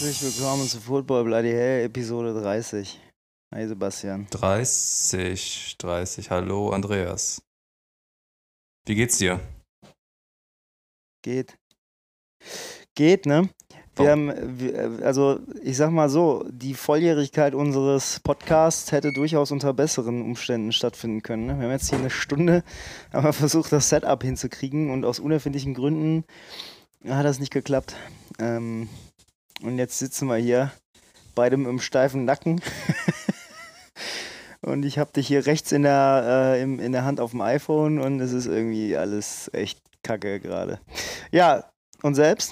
Herzlich willkommen zu Football Bloody Hell, Episode 30. Hi Sebastian. 30. Hallo Andreas. Wie geht's dir? Geht. Geht, ne? Oh, Also ich sag mal so, die Volljährigkeit unseres Podcasts hätte durchaus unter besseren Umständen stattfinden können. Ne? Wir haben jetzt hier eine Stunde, aber versucht, das Setup hinzukriegen und aus unerfindlichen Gründen hat das nicht geklappt. Und jetzt sitzen wir hier, beide mit einem steifen Nacken. Und ich habe dich hier rechts in der Hand auf dem iPhone und es ist irgendwie alles echt kacke gerade. Ja, und selbst?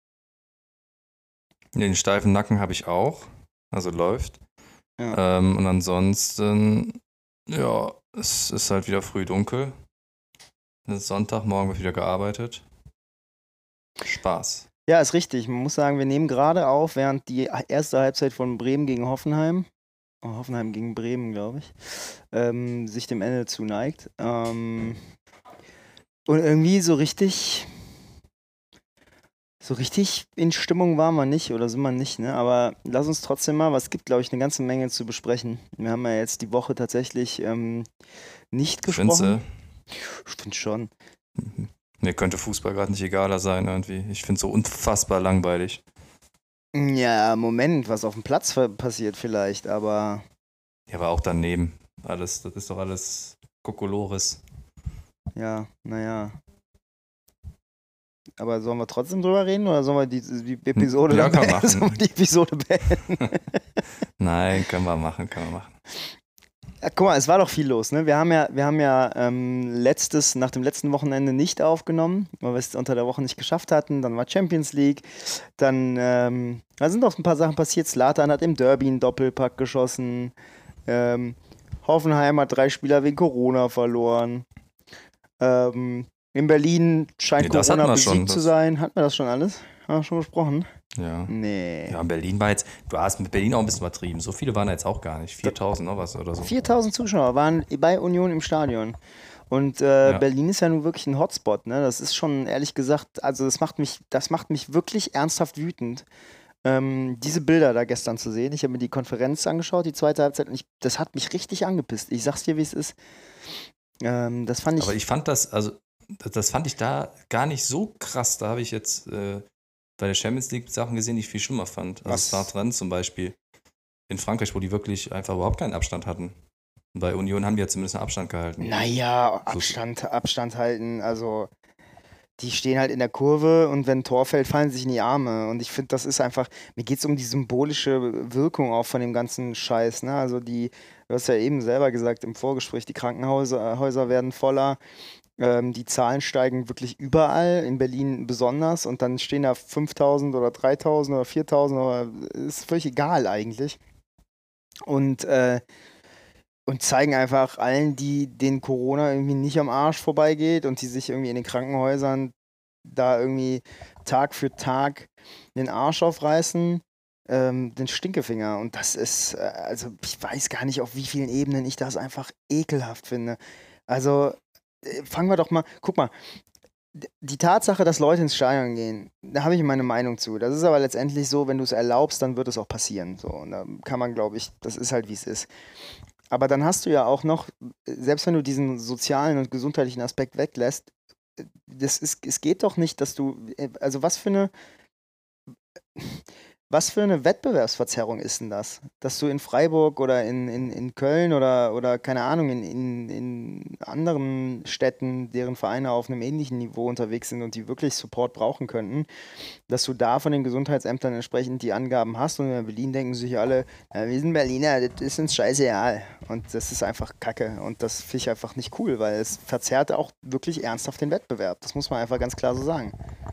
den steifen Nacken habe ich auch. Also läuft. Ja. Und ansonsten, ja, es ist halt wieder früh dunkel. Es ist Sonntag, morgen wird wieder gearbeitet. Spaß. Ja, ist richtig. Man muss sagen, wir nehmen gerade auf, während die erste Halbzeit von Bremen gegen Hoffenheim, Hoffenheim gegen Bremen, glaube ich, sich dem Ende zuneigt. Und irgendwie so richtig in Stimmung waren wir nicht oder sind wir nicht, ne? Aber lass uns trotzdem mal, was gibt, glaube ich, eine ganze Menge zu besprechen. Wir haben ja jetzt die Woche tatsächlich nicht Findest gesprochen. du? Ich finde schon. Mir könnte Fußball gerade nicht egaler sein irgendwie. Ich finde es so unfassbar langweilig. Ja, Moment, was auf dem Platz passiert vielleicht, aber Ja, aber auch daneben. Alles, das ist doch alles Kokolores. ja, naja. Aber sollen wir trotzdem drüber reden oder sollen wir die Episode Ja, dann kann man beenden? Sollen wir machen. die Episode beenden? Nein, können wir machen. Ja, guck mal, es war doch viel los, ne? Wir haben ja nach dem letzten Wochenende nicht aufgenommen, weil wir es unter der Woche nicht geschafft hatten. Dann war Champions League. Dann da sind noch ein paar Sachen passiert. Zlatan hat im Derby einen Doppelpack geschossen. Ähm, Hoffenheim hat 3 Spieler wegen Corona verloren. In Berlin scheint Nee, das hatten Corona wir schon. besiegt zu sein. Hatten wir das schon alles? Haben wir schon besprochen? Ja. Nee. Ja, Berlin war jetzt, du hast mit Berlin auch ein bisschen übertrieben. So viele waren jetzt auch gar nicht. 4000 noch was oder so. 4000 Zuschauer waren bei Union im Stadion. Und Ja. Berlin ist ja nun wirklich ein Hotspot, ne? Das ist schon, ehrlich gesagt, also das macht mich wirklich ernsthaft wütend, diese Bilder da gestern zu sehen. Ich habe mir die Konferenz angeschaut, die zweite Halbzeit, und das hat mich richtig angepisst. Ich sag's dir, wie es ist. Das fand Aber ich. ich fand das fand ich da gar nicht so krass. Da habe ich jetzt bei der Champions League Sachen gesehen, die ich viel schlimmer fand. Also Was? Stade Rennes zum Beispiel in Frankreich, wo die wirklich einfach überhaupt keinen Abstand hatten. Und bei Union haben die ja zumindest einen Abstand gehalten. Naja, So, Abstand halten. Also, die stehen halt in der Kurve und wenn ein Tor fällt, fallen sie sich in die Arme. Und ich finde, das ist einfach, mir geht es um die symbolische Wirkung auch von dem ganzen Scheiß. Ne? Also du hast ja eben selber gesagt im Vorgespräch, die Krankenhäuser werden voller. Die Zahlen steigen wirklich überall, in Berlin besonders. Und dann stehen da 5000 oder 3000 oder 4000, aber ist völlig egal eigentlich. Und zeigen einfach allen, die den Corona irgendwie nicht am Arsch vorbeigeht und die sich irgendwie in den Krankenhäusern da irgendwie Tag für Tag den Arsch aufreißen, den Stinkefinger. Und das ist, also ich weiß gar nicht, auf wie vielen Ebenen ich das einfach ekelhaft finde. Also fangen wir doch mal, guck mal, die Tatsache, dass Leute ins Stadion gehen, da habe ich meine Meinung zu. Das ist aber letztendlich so, wenn du es erlaubst, dann wird es auch passieren. So, und da kann man, glaube ich, das ist halt, wie es ist. Aber dann hast du ja auch noch, selbst wenn du diesen sozialen und gesundheitlichen Aspekt weglässt, es geht doch nicht, dass du, also was für eine Wettbewerbsverzerrung ist denn das? Dass du in Freiburg oder in Köln oder keine Ahnung, in anderen Städten, deren Vereine auf einem ähnlichen Niveau unterwegs sind und die wirklich Support brauchen könnten, dass du da von den Gesundheitsämtern entsprechend die Angaben hast und in Berlin denken sich alle, ja, wir sind Berliner, das ist uns scheißegal. Und das ist einfach Kacke und das finde ich einfach nicht cool, weil es verzerrt auch wirklich ernsthaft den Wettbewerb. Das muss man einfach ganz klar so sagen.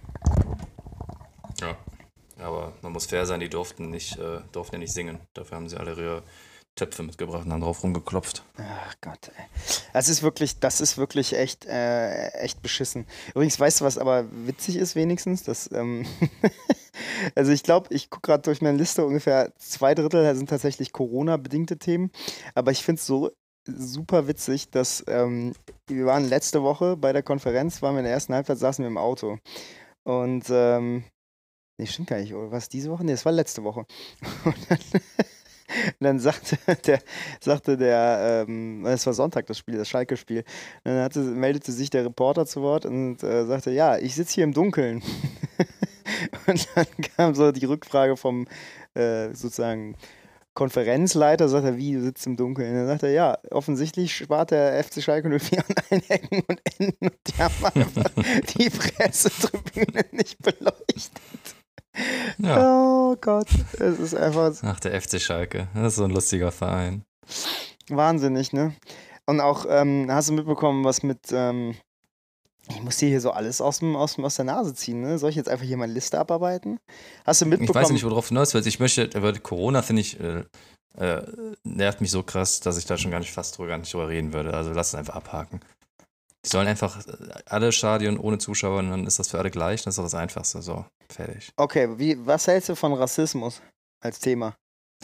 ja. Aber man muss fair sein, die durften ja nicht singen. Dafür haben sie alle ihre Töpfe mitgebracht und haben drauf rumgeklopft. Ach Gott, ey. Das ist wirklich echt beschissen. Übrigens, weißt du, was aber witzig ist wenigstens? Also ich glaube, ich gucke gerade durch meine Liste, ungefähr 2 Drittel sind tatsächlich Corona-bedingte Themen. Aber ich finde es so super witzig, dass wir waren letzte Woche bei der Konferenz, waren wir in der ersten Halbzeit, saßen wir im Auto. Und Nee, stimmt gar nicht. Oder was, diese Woche? Nee, das war letzte Woche. Und dann sagte der, es war Sonntag das Spiel, das Schalke-Spiel. Dann meldete sich der Reporter zu Wort und sagte, ja, ich sitze hier im Dunkeln. Und dann kam so die Rückfrage vom sozusagen Konferenzleiter, sagt er, wie, du sitzt im Dunkeln? Und dann sagt er, ja, offensichtlich spart der FC Schalke 04 an allen Ecken und Enden und die haben einfach die Pressetribüne nicht beleuchtet. Ja. Oh Gott, es ist einfach Ach, der FC Schalke. Das ist so ein lustiger Verein. wahnsinnig, ne? Und auch, hast du mitbekommen, was mit, ich muss dir hier so alles aus der Nase ziehen, ne? Soll ich jetzt einfach hier meine Liste abarbeiten? Hast du Ich weiß mitbekommen? nicht, worauf du hinaus willst. Ich möchte, über Corona finde ich, nervt mich so krass, dass ich da schon gar nicht drüber reden würde. Also lass es einfach abhaken. Die sollen einfach alle Stadien ohne Zuschauer und dann ist das für alle gleich. Das ist doch das Einfachste. So, fertig. Okay, was hältst du von Rassismus als Thema?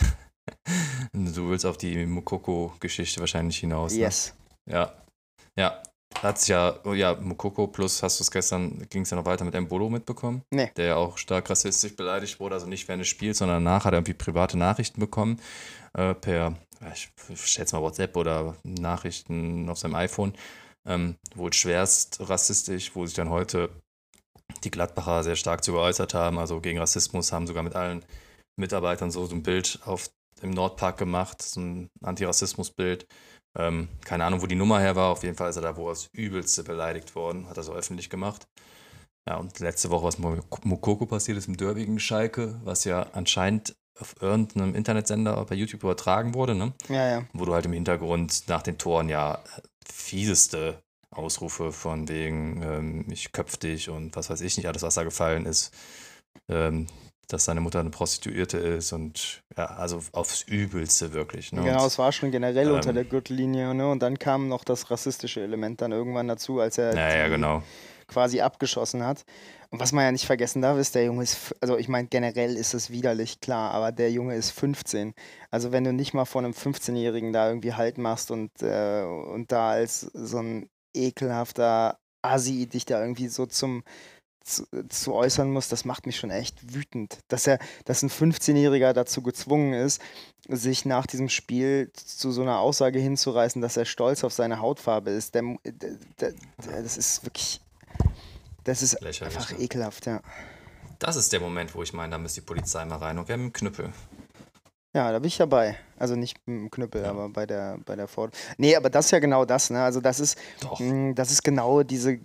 Du willst auf die Mukoko-Geschichte wahrscheinlich hinaus. Ne? Yes. Ja. Ja. Hat sich ja, Mukoko plus hast du es gestern, ging es ja noch weiter mit Embolo mitbekommen, Nee. der ja auch stark rassistisch beleidigt wurde, also nicht während des Spiels, sondern danach hat er irgendwie private Nachrichten bekommen, ich schätze mal WhatsApp oder Nachrichten auf seinem iPhone, wohl schwerst rassistisch, wo sich dann heute die Gladbacher sehr stark zu geäußert haben, also gegen Rassismus, haben sogar mit allen Mitarbeitern so ein Bild im Nordpark gemacht, so ein Antirassismus-Bild. Keine Ahnung, wo die Nummer her war. Auf jeden Fall ist er da wohl das Übelste beleidigt worden. Hat er so öffentlich gemacht. Ja, und letzte Woche, was mit Mukoko passiert ist im Derby gegen Schalke, was ja anscheinend auf irgendeinem Internetsender bei YouTube übertragen wurde, ne? Ja. Wo du halt im Hintergrund nach den Toren ja fieseste Ausrufe von wegen ich köpf dich und was weiß ich nicht, alles, was da gefallen ist. Dass seine Mutter eine Prostituierte ist und ja, also aufs Übelste wirklich. Ne? Genau, Und, es war schon generell unter der Gürtellinie, ne? Und dann kam noch das rassistische Element dann irgendwann dazu, als er ja, genau. quasi abgeschossen hat. Und was man ja nicht vergessen darf, ist, der Junge ist, also ich meine, generell ist es widerlich, klar, aber der Junge ist 15. Also wenn du nicht mal vor einem 15-Jährigen da irgendwie Halt machst und da als so ein ekelhafter Assi dich da irgendwie so zu äußern muss, das macht mich schon echt wütend. Dass ein 15-Jähriger dazu gezwungen ist, sich nach diesem Spiel zu so einer Aussage hinzureißen, dass er stolz auf seine Hautfarbe ist. Das ist wirklich, das ist Lächerlich, einfach ne? ekelhaft, ja. Das ist der Moment, wo ich meine, da müsste die Polizei mal rein und wir haben einen Knüppel. Ja, da bin ich dabei. Also nicht mit dem Knüppel, Ja. aber bei der Ford. Nee, aber das ist ja genau das, ne? Also das ist Doch. genau diese,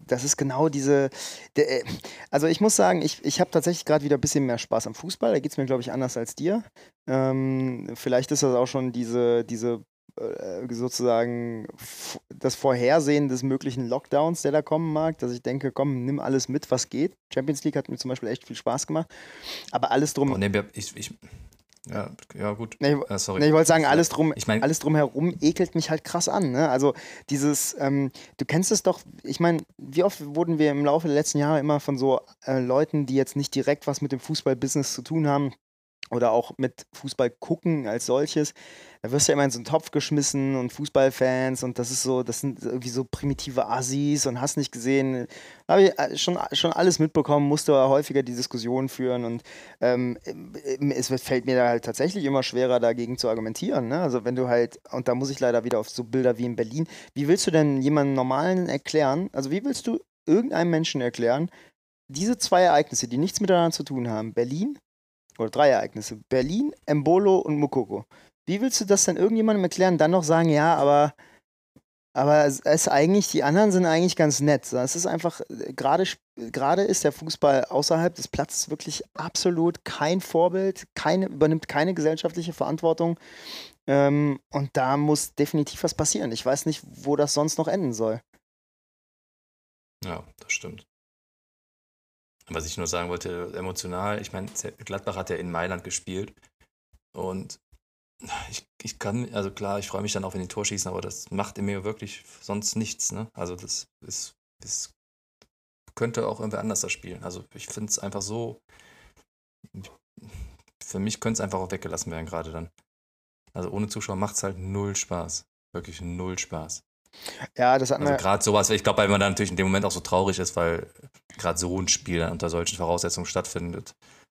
also ich muss sagen, ich habe tatsächlich gerade wieder ein bisschen mehr Spaß am Fußball. Da geht es mir, glaube ich, anders als dir. Vielleicht ist das auch schon diese sozusagen das Vorhersehen des möglichen Lockdowns, der da kommen mag, dass ich denke, komm, nimm alles mit, was geht. Champions League hat mir zum Beispiel echt viel Spaß gemacht. Aber alles drum. Oh, nee, ja, gut. Nee, Sorry. nee, ich wollte sagen, Ich meine, alles drumherum ekelt mich halt krass an. Ne? Also dieses, du kennst es doch, ich meine, wie oft wurden wir im Laufe der letzten Jahre immer von so Leuten, die jetzt nicht direkt was mit dem Fußballbusiness zu tun haben oder auch mit Fußball gucken als solches, da wirst du ja immer in so einen Topf geschmissen und Fußballfans und das sind irgendwie so primitive Assis und hast nicht gesehen. Habe ich schon alles mitbekommen, musste aber häufiger die Diskussion führen und fällt mir da halt tatsächlich immer schwerer, dagegen zu argumentieren. Ne? Also wenn du halt, und da muss ich leider wieder auf so Bilder wie in Berlin, wie willst du denn jemandem Normalen erklären, also wie willst du irgendeinem Menschen erklären, diese zwei Ereignisse, die nichts miteinander zu tun haben, Berlin, oder drei Ereignisse, Berlin, Embolo und Mukoko. Wie willst du das denn irgendjemandem erklären, dann noch sagen, ja, aber die anderen sind eigentlich ganz nett. Es ist einfach, gerade ist der Fußball außerhalb des Platzes wirklich absolut kein Vorbild, übernimmt keine gesellschaftliche Verantwortung. Und da muss definitiv was passieren. Ich weiß nicht, wo das sonst noch enden soll. ja, das stimmt. Was ich nur sagen wollte, emotional, ich meine, Gladbach hat ja in Mailand gespielt und ich kann, also klar, ich freue mich dann auch, wenn die Tor schießen, aber das macht in mir wirklich sonst nichts, ne? Also das könnte auch irgendwer anders das spielen. Also ich finde es einfach so, für mich könnte es einfach auch weggelassen werden gerade dann. Also ohne Zuschauer macht es halt null Spaß. Wirklich null Spaß. Ja, das hat Also mir. gerade sowas, ich glaube, weil man dann natürlich in dem Moment auch so traurig ist, weil gerade so ein Spiel dann unter solchen Voraussetzungen stattfindet.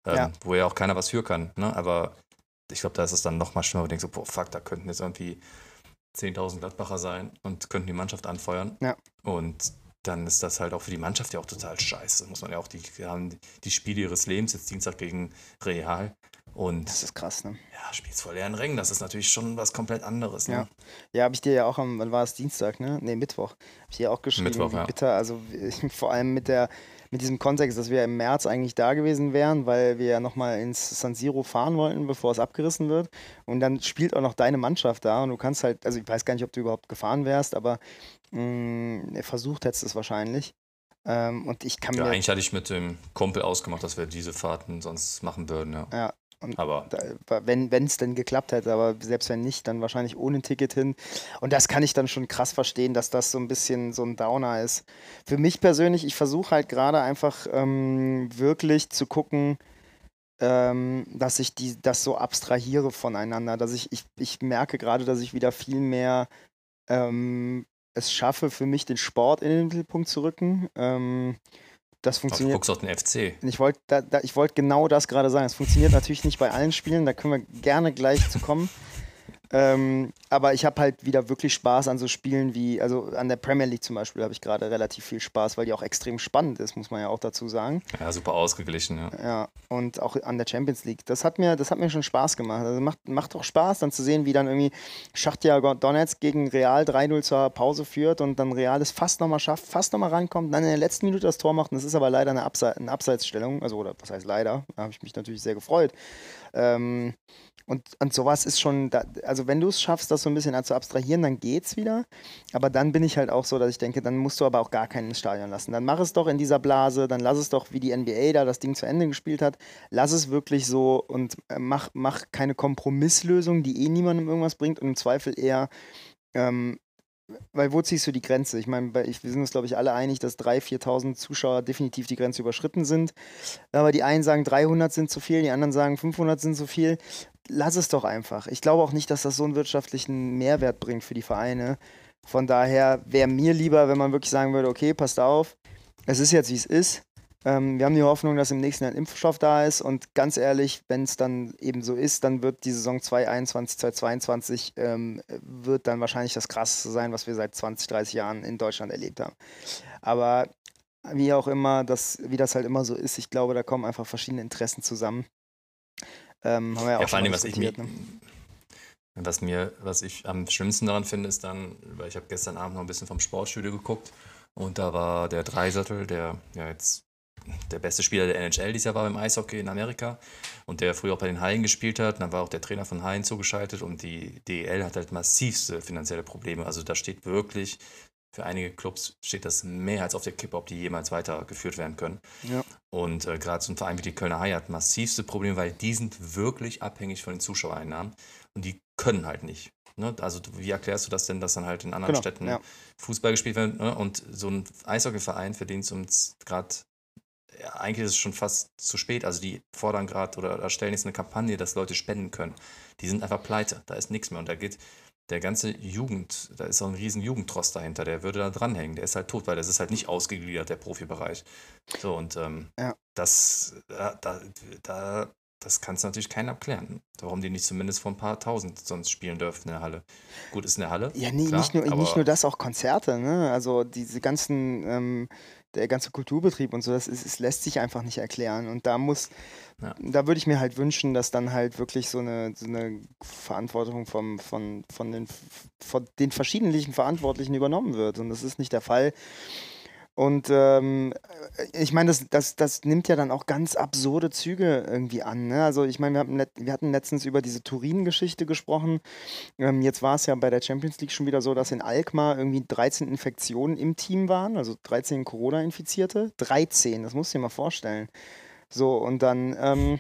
Ja. wo ja auch keiner was für kann. Ne? Aber ich glaube, da ist es dann nochmal schlimmer, wo du denkst so, boah, fuck, da könnten jetzt irgendwie 10.000 Gladbacher sein und könnten die Mannschaft anfeuern. Ja. Und dann ist das halt auch für die Mannschaft ja auch total scheiße. Muss man ja auch, die haben die Spiele ihres Lebens, jetzt Dienstag gegen Real. Und Das ist krass, ne? ja, spielst vor leeren Rängen, das ist natürlich schon was komplett anderes. Ne? Ja. Ja, habe ich dir ja auch wann war es, Dienstag, ne? Ne, Mittwoch. Habe ich dir auch geschrieben, Mittwoch, wie ja. bitter, also vor allem mit diesem Kontext, dass wir im März eigentlich da gewesen wären, weil wir ja nochmal ins San Siro fahren wollten, bevor es abgerissen wird. Und dann spielt auch noch deine Mannschaft da und du kannst halt, also ich weiß gar nicht, ob du überhaupt gefahren wärst, aber versucht hättest es wahrscheinlich. Und ich kann Ja, mir, eigentlich hatte ich mit dem Kumpel ausgemacht, dass wir diese Fahrten sonst machen würden, ja. ja, und Aber wenn es denn geklappt hätte, aber selbst wenn nicht, dann wahrscheinlich ohne Ticket hin. Und das kann ich dann schon krass verstehen, dass das so ein bisschen so ein Downer ist. Für mich persönlich, ich versuche halt gerade einfach wirklich zu gucken, dass ich das so abstrahiere voneinander. Dass ich merke gerade, dass ich wieder viel mehr es schaffe, für mich den Sport in den Mittelpunkt zu rücken. Das du funktioniert. guckst auf den FC. Ich wollte genau das gerade sagen. Es funktioniert natürlich nicht bei allen Spielen, da können wir gerne gleich zu kommen. Aber ich habe halt wieder wirklich Spaß an so Spielen wie, also an der Premier League zum Beispiel habe ich gerade relativ viel Spaß, weil die auch extrem spannend ist, muss man ja auch dazu sagen. Ja, super ausgeglichen, ja. Ja, und auch an der Champions League. Das hat mir schon Spaß gemacht. Also macht auch Spaß, dann zu sehen, wie dann irgendwie Schachtar Donetsk gegen Real 3-0 zur Pause führt und dann Real es fast nochmal schafft, fast nochmal rankommt, dann in der letzten Minute das Tor macht. Und das ist aber leider eine Abseitsstellung. Also, oder was heißt leider? Da habe ich mich natürlich sehr gefreut. Und sowas ist schon, also wenn du es schaffst, das so ein bisschen zu abstrahieren, dann geht's wieder. Aber dann bin ich halt auch so, dass ich denke, dann musst du aber auch gar keinen ins Stadion lassen. Dann mach es doch in dieser Blase, dann lass es doch, wie die NBA da das Ding zu Ende gespielt hat, lass es wirklich so und mach keine Kompromisslösung, die niemandem irgendwas bringt und im Zweifel eher, ähm, weil wo ziehst du die Grenze? Ich meine, wir sind uns, glaube ich, alle einig, dass 3.000, 4.000 Zuschauer definitiv die Grenze überschritten sind. Aber die einen sagen 300 sind zu viel, die anderen sagen 500 sind zu viel. Lass es doch einfach. Ich glaube auch nicht, dass das so einen wirtschaftlichen Mehrwert bringt für die Vereine. Von daher wäre mir lieber, wenn man wirklich sagen würde, okay, passt auf, es ist jetzt, wie es ist. Wir haben die Hoffnung, dass im nächsten Jahr ein Impfstoff da ist und ganz ehrlich, wenn es dann eben so ist, dann wird die Saison 2021, 2022 wird dann wahrscheinlich das Krasseste sein, was wir seit 20, 30 Jahren in Deutschland erlebt haben. Aber wie auch immer, wie das halt immer so ist, ich glaube, da kommen einfach verschiedene Interessen zusammen. Haben wir ja auch Ja, vor schon allem, mal diskutiert, ne? was ich am schlimmsten daran finde, ist dann, weil ich habe gestern Abend noch ein bisschen vom Sportstudio geguckt und da war der Dreisattel, der ja jetzt der beste Spieler der NHL dieses Jahr war beim Eishockey in Amerika und der früher auch bei den Haien gespielt hat. Und dann war auch der Trainer von Haien zugeschaltet und die DEL hat halt massivste finanzielle Probleme. Also da steht wirklich, für einige Clubs steht das mehr als auf der Kippe, ob die jemals weitergeführt werden können. Ja. Und gerade so ein Verein wie die Kölner Haie hat massivste Probleme, weil die sind wirklich abhängig von den Zuschauereinnahmen und die können halt nicht. Ne? Also wie erklärst du das denn, dass dann halt in anderen Genau, Städten ja. Fußball gespielt wird, ne? Und so ein Eishockeyverein, für den es uns gerade, ja, eigentlich ist es schon fast zu spät. Also die fordern gerade oder erstellen jetzt eine Kampagne, dass Leute spenden können. Die sind einfach pleite, da ist nichts mehr. Und da geht der ganze Jugend, da ist auch ein riesen Jugendtrost dahinter, der würde da dranhängen. Der ist halt tot, weil das ist halt nicht ausgegliedert, der Profibereich. So, und Ja. das kannst du natürlich keinen abklären. Warum die nicht zumindest vor ein paar Tausend sonst spielen dürften in der Halle. Gut, ist in der Halle, Ja, nee, klar, nicht nur aber das, auch Konzerte, ne? Also diese der ganze Kulturbetrieb und so, es lässt sich einfach nicht erklären. Und ja. da würde ich mir halt wünschen, dass dann halt wirklich so eine Verantwortung von den verschiedenen Verantwortlichen übernommen wird. Und das ist nicht der Fall. Und ich meine, das nimmt ja dann auch ganz absurde Züge irgendwie an. Ne? Also ich meine, wir hatten letztens über diese Turin-Geschichte gesprochen. Jetzt war es ja bei der Champions League schon wieder so, dass in Alkmaar irgendwie 13 Infektionen im Team waren, also 13 Corona-Infizierte. 13, das musst du dir mal vorstellen. So, und dann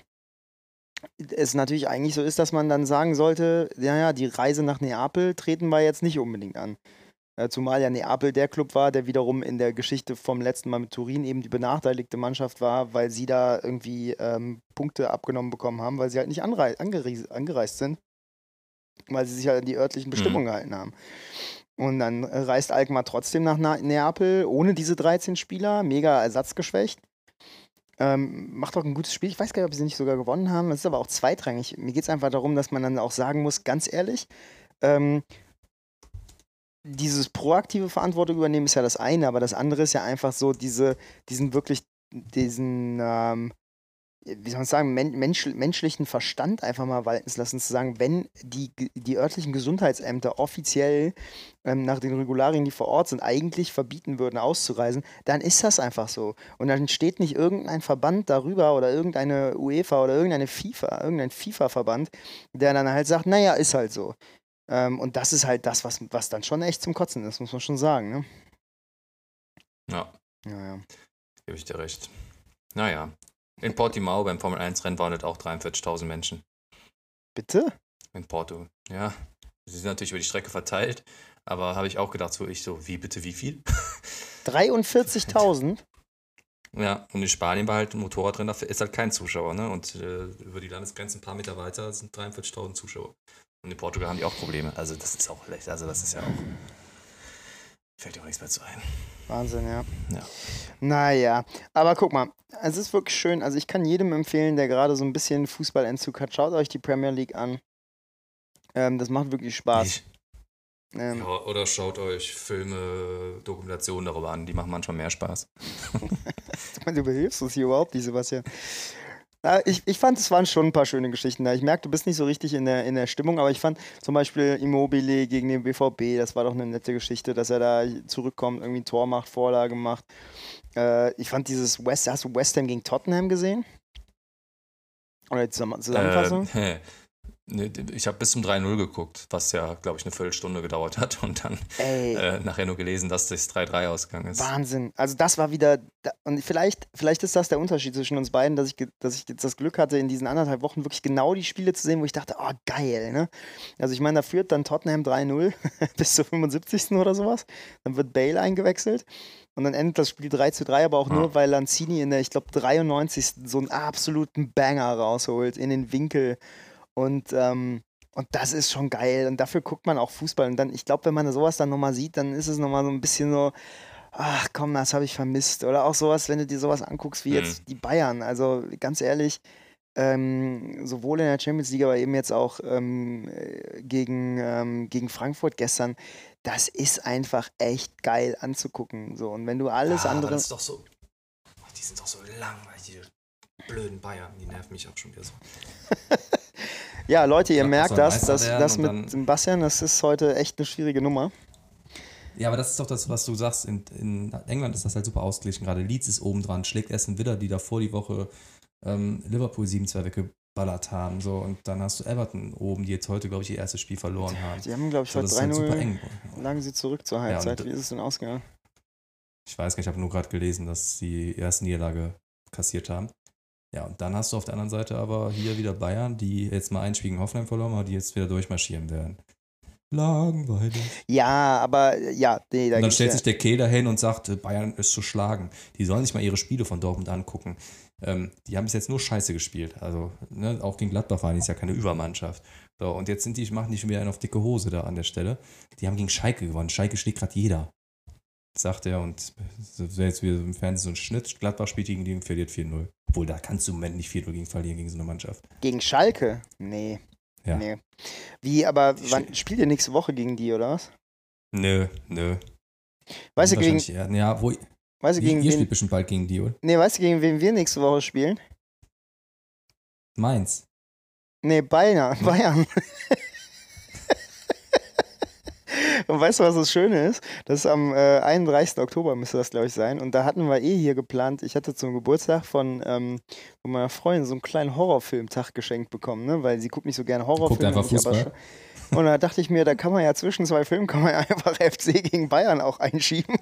es natürlich eigentlich so ist, dass man dann sagen sollte, ja, die Reise nach Neapel treten wir jetzt nicht unbedingt an. Zumal ja Neapel der Club war, der wiederum in der Geschichte vom letzten Mal mit Turin eben die benachteiligte Mannschaft war, weil sie da irgendwie Punkte abgenommen bekommen haben, weil sie halt nicht angereist sind, weil sie sich halt an die örtlichen Bestimmungen gehalten haben. Und dann reist Alkmaar trotzdem nach Neapel ohne diese 13 Spieler, mega ersatzgeschwächt. Macht auch ein gutes Spiel. Ich weiß gar nicht, ob sie nicht sogar gewonnen haben. Das ist aber auch zweitrangig. Mir geht es einfach darum, dass man dann auch sagen muss, ganz ehrlich, ähm, dieses proaktive Verantwortung übernehmen ist ja das eine, aber das andere ist ja einfach so diesen, wie soll man sagen, menschlichen Verstand einfach mal walten zu lassen, zu sagen, wenn die örtlichen Gesundheitsämter offiziell nach den Regularien, die vor Ort sind, eigentlich verbieten würden, auszureisen, dann ist das einfach so. Und dann steht nicht irgendein Verband darüber oder irgendeine UEFA oder irgendein FIFA-Verband, der dann halt sagt, naja, ist halt so. Und das ist halt das, was dann schon echt zum Kotzen ist, muss man schon sagen, ne? Ja, Ja. gebe ich dir recht. Naja, in Portimao beim Formel-1-Rennen waren halt auch 43.000 Menschen. Bitte? In Porto, ja. Sie sind natürlich über die Strecke verteilt, aber habe ich auch gedacht, wie bitte, wie viel? 43.000? Ja, und in Spanien war halt ein Motorradrennen, dafür ist halt kein Zuschauer, ne? Und über die Landesgrenzen ein paar Meter weiter sind 43.000 Zuschauer. Und in Portugal haben die auch Probleme. Also das ist auch schlecht. Also das ist ja auch... Fällt dir auch nichts mehr zu ein. Wahnsinn, ja. Ja. Naja, aber guck mal, es ist wirklich schön. Also ich kann jedem empfehlen, der gerade so ein bisschen Fußballentzug hat, schaut euch die Premier League an. Das macht wirklich Spaß. Ja, oder schaut euch Filme, Dokumentationen darüber an, die machen manchmal mehr Spaß. Du behilfst uns hier überhaupt nicht, Sebastian. Ich fand, es waren schon ein paar schöne Geschichten da. Ich merke, du bist nicht so richtig in der Stimmung, aber ich fand zum Beispiel Immobile gegen den BVB, das war doch eine nette Geschichte, dass er da zurückkommt, irgendwie ein Tor macht, Vorlage macht. Ich fand hast du West Ham gegen Tottenham gesehen? Oder die Zusammenfassung? Ich habe bis zum 3-0 geguckt, was ja, glaube ich, eine Viertelstunde gedauert hat und dann nachher nur gelesen, dass das 3-3 ausgegangen ist. Wahnsinn. Also das war wieder, und vielleicht ist das der Unterschied zwischen uns beiden, dass ich jetzt das Glück hatte, in diesen 1,5 Wochen wirklich genau die Spiele zu sehen, wo ich dachte, oh geil, ne? Also ich meine, da führt dann Tottenham 3-0 bis zur 75. oder sowas. Dann wird Bale eingewechselt. Und dann endet das Spiel 3-3, aber auch nur, weil Lanzini in der, ich glaube, 93. so einen absoluten Banger rausholt in den Winkel. Und das ist schon geil. Und dafür guckt man auch Fußball. Und dann, ich glaube, wenn man sowas dann nochmal sieht, dann ist es nochmal so ein bisschen so, ach komm, das habe ich vermisst. Oder auch sowas, wenn du dir sowas anguckst wie jetzt die Bayern. Also ganz ehrlich, sowohl in der Champions League, aber eben jetzt auch gegen Frankfurt gestern, das ist einfach echt geil anzugucken. So. Und wenn du alles andere. Aber das ist doch so. Die sind doch so langweilig, die blöden Bayern. Die nerven mich auch schon wieder so. Ja, Leute, ihr merkt das mit Sebastian, das ist heute echt eine schwierige Nummer. Ja, aber das ist doch das, was du sagst. In England ist das halt super ausgeglichen. Gerade Leeds ist oben dran, schlägt Aston Villa, die davor die Woche Liverpool 7-2 weggeballert haben. So. Und dann hast du Everton oben, die jetzt heute, glaube ich, ihr erstes Spiel verloren haben. Die haben, glaube ich, heute 3-0. Lagen sie zurück zur Halbzeit. Ja, wie ist es denn ausgegangen? Ich weiß gar nicht, ich habe nur gerade gelesen, dass sie die erste Niederlage kassiert haben. Ja, und dann hast du auf der anderen Seite aber hier wieder Bayern, die jetzt mal ein Spiel gegen Hoffenheim verloren haben, die jetzt wieder durchmarschieren werden. Langweilig. Ja, aber ja, nee, da und dann stellt sich der Kehler hin und sagt, Bayern ist zu schlagen. Die sollen sich mal ihre Spiele von Dortmund angucken. Die haben bis jetzt nur Scheiße gespielt. Also, ne, auch gegen Gladbach waren die ja keine Übermannschaft. So, und jetzt machen die schon wieder einen auf dicke Hose da an der Stelle. Die haben gegen Schalke gewonnen. Schalke schlägt gerade jeder. Sagt er, und das wäre jetzt wieder im Fernsehen so ein Schnitt. Gladbach spielt gegen die und verliert 4-0. Obwohl, da kannst du im Moment nicht 4-0 gegen verlieren gegen so eine Mannschaft. Gegen Schalke? Nee. Ja. Nee. Wie, aber wann spielt ihr nächste Woche gegen die, oder was? Nö. Weißt du, gegen. Ja, wo. Weißt du, gegen ihr spielt bestimmt bald gegen die, oder? Nee, weißt du, gegen wen wir nächste Woche spielen? Mainz. Nee, Bayern. Und weißt du, was das Schöne ist? Das ist am 31. Oktober müsste das, glaube ich, sein. Und da hatten wir hier geplant, ich hatte zum Geburtstag von meiner Freundin so einen kleinen Horrorfilmtag geschenkt bekommen, ne? Weil sie guckt nicht so gerne Horrorfilme. Guckt einfach Fußball. Und da dachte ich mir, da kann man ja zwischen zwei Filmen einfach FC gegen Bayern auch einschieben.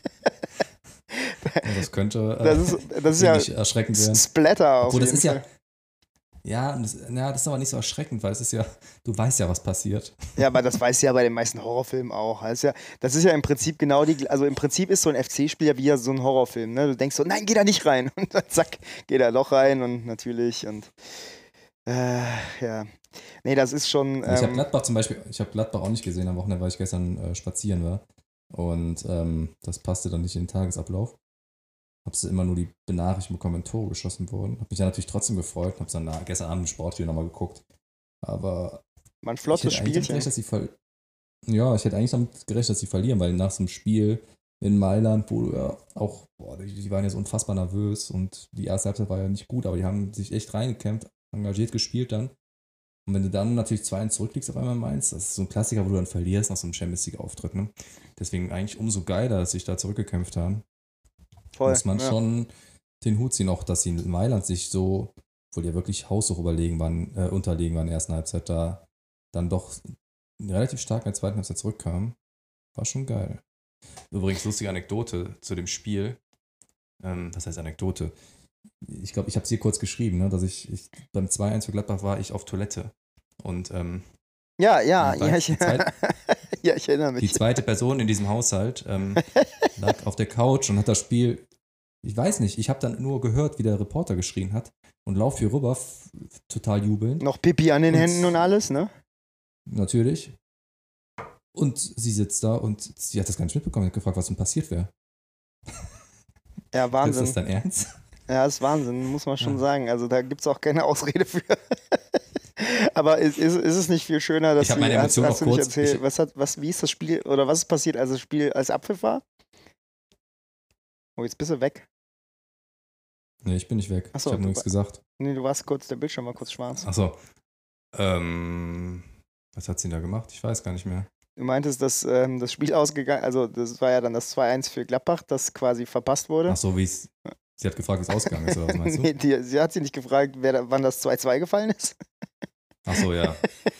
Das könnte das ist ja erschreckend werden. Splatter auf Obwohl, jeden das ist Fall. Das ist aber nicht so erschreckend, weil es ist ja, du weißt ja, was passiert. Ja, aber das weißt du ja bei den meisten Horrorfilmen auch. Das ist ja im Prinzip genau also im Prinzip ist so ein FC-Spiel ja wie so ein Horrorfilm, ne? Du denkst so, nein, geh da nicht rein. Und dann zack, geht er doch rein und natürlich und ja. Nee, das ist schon. Ich habe Gladbach auch nicht gesehen am Wochenende, weil ich gestern spazieren war. Und das passte dann nicht in den Tagesablauf. Habe immer nur die Benachrichtigung bekommen, wenn Tore geschossen wurden. Habe mich dann natürlich trotzdem gefreut und habe dann gestern Abend im Sportvideo nochmal geguckt. Aber War ein ich flottes hätte eigentlich damit Spielchen. gerechnet, ich hätte eigentlich damit gerechnet, dass sie verlieren, weil nach so einem Spiel in Mailand, wo du ja auch, die waren ja so unfassbar nervös und die erste Halbzeit war ja nicht gut, aber die haben sich echt reingekämpft, engagiert gespielt dann. Und wenn du dann natürlich 2-1 zurückliegst auf einmal in Mainz, das ist so ein Klassiker, wo du dann verlierst nach so einem Champions League-Auftritt. Ne? Deswegen eigentlich umso geiler, dass sie sich da zurückgekämpft haben. Voll. Muss man schon den Hut ziehen, auch dass sie in Mailand sich so, obwohl die ja wirklich haushoch unterlegen waren in der ersten Halbzeit, da dann doch relativ stark in der zweiten Halbzeit zurückkamen. War schon geil. Übrigens, lustige Anekdote zu dem Spiel. Was heißt Anekdote? Ich glaube, ich habe es hier kurz geschrieben, ne, dass ich beim 2-1 für Gladbach war ich auf Toilette. Und Ja, ich erinnere mich. die zweite Person in diesem Haushalt lag auf der Couch und hat das Spiel, ich weiß nicht, ich habe dann nur gehört, wie der Reporter geschrien hat und lauf hier rüber, total jubelnd. Noch Pipi an den Händen und alles, ne? Natürlich. Und sie sitzt da und sie hat das gar nicht mitbekommen, hat gefragt, was denn passiert wäre. Ja, Wahnsinn. Ist das dein Ernst? Ja, ist Wahnsinn, muss man schon sagen. Also da gibt es auch keine Ausrede für. Aber ist es nicht viel schöner, dass ich habe meine Emotionen auch kurz. Wie ist das Spiel oder was ist passiert, als das Spiel als Abpfiff war? Oh, jetzt bist du weg. Nee, ich bin nicht weg. Achso, ich habe nur nichts gesagt. Nee, du warst kurz, der Bildschirm war kurz schwarz. Achso. Was hat sie da gemacht? Ich weiß gar nicht mehr. Du meintest, dass das Spiel ausgegangen, also das war ja dann das 2-1 für Gladbach, das quasi verpasst wurde. Achso, sie hat gefragt, wie es ausgegangen ist, oder was meinst du? Nee, sie hat nicht gefragt, wann das 2-2 gefallen ist. Achso, ja.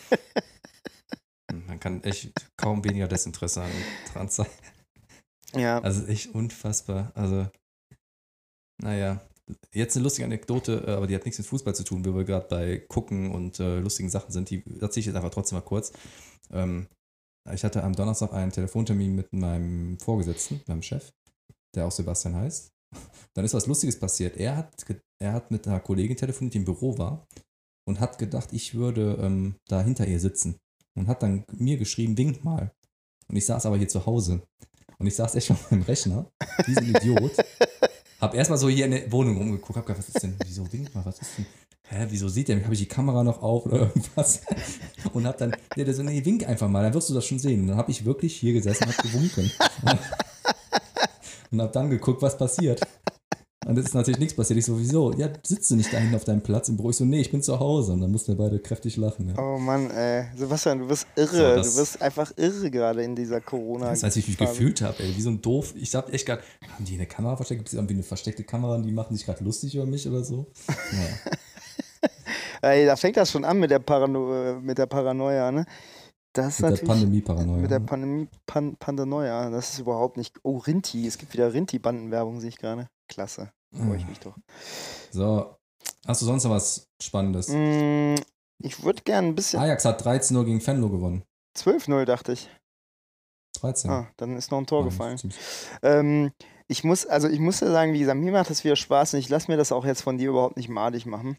Man kann echt kaum weniger Desinteresse dran sein. Ja. Also echt unfassbar. Also, naja. Jetzt eine lustige Anekdote, aber die hat nichts mit Fußball zu tun, wie wir gerade bei Gucken und lustigen Sachen sind. Die erzähle ich jetzt einfach trotzdem mal kurz. Ich hatte am Donnerstag einen Telefontermin mit meinem Vorgesetzten, meinem Chef, der auch Sebastian heißt. Dann ist was Lustiges passiert. Er hat mit einer Kollegin telefoniert, die im Büro war und hat gedacht, ich würde da hinter ihr sitzen. Und hat dann mir geschrieben, wink mal. Und ich saß aber hier zu Hause. Und ich saß echt auf meinem Rechner, wie so ein Idiot. Hab erstmal so hier in der Wohnung rumgeguckt, hab gedacht, was ist denn, wieso wink mal, was ist denn, wieso sieht der mich, habe ich die Kamera noch auf oder irgendwas? Und hab dann, der so, nee, wink einfach mal, dann wirst du das schon sehen. Und dann habe ich wirklich hier gesessen und hab gewunken. Und hab dann geguckt, was passiert. Und es ist natürlich nichts passiert. Ich so, wieso? Ja, sitzt du nicht da hinten auf deinem Platz im Büro? Ich so, nee, ich bin zu Hause. Und dann mussten wir beide kräftig lachen. Ja. Oh Mann, Sebastian, du bist irre. Du bist einfach irre gerade in dieser Corona. Das heißt, wie ich mich gefühlt habe, ey, wie so ein doof. Ich hab echt gerade, haben die eine Kamera versteckt? Gibt es irgendwie eine versteckte Kamera und die machen sich gerade lustig über mich oder so? Naja. Ey, da fängt das schon an mit der Paranoia, ne? Das ist mit der Pandemie-Paranoia. Mit der Pandemie-Paranoia. Das ist überhaupt nicht. Oh, Rinti. Es gibt wieder Rinti-Bandenwerbung, sehe ich gerade. Klasse. Freue ich mich doch. So. Hast du sonst noch was Spannendes? Ich würde gerne ein bisschen. Ajax hat 13-0 gegen Venlo gewonnen. 12-0, dachte ich. 13. Ah, dann ist noch ein Tor gefallen. Ich muss ja sagen, wie gesagt, mir macht das wieder Spaß und ich lasse mir das auch jetzt von dir überhaupt nicht madig machen.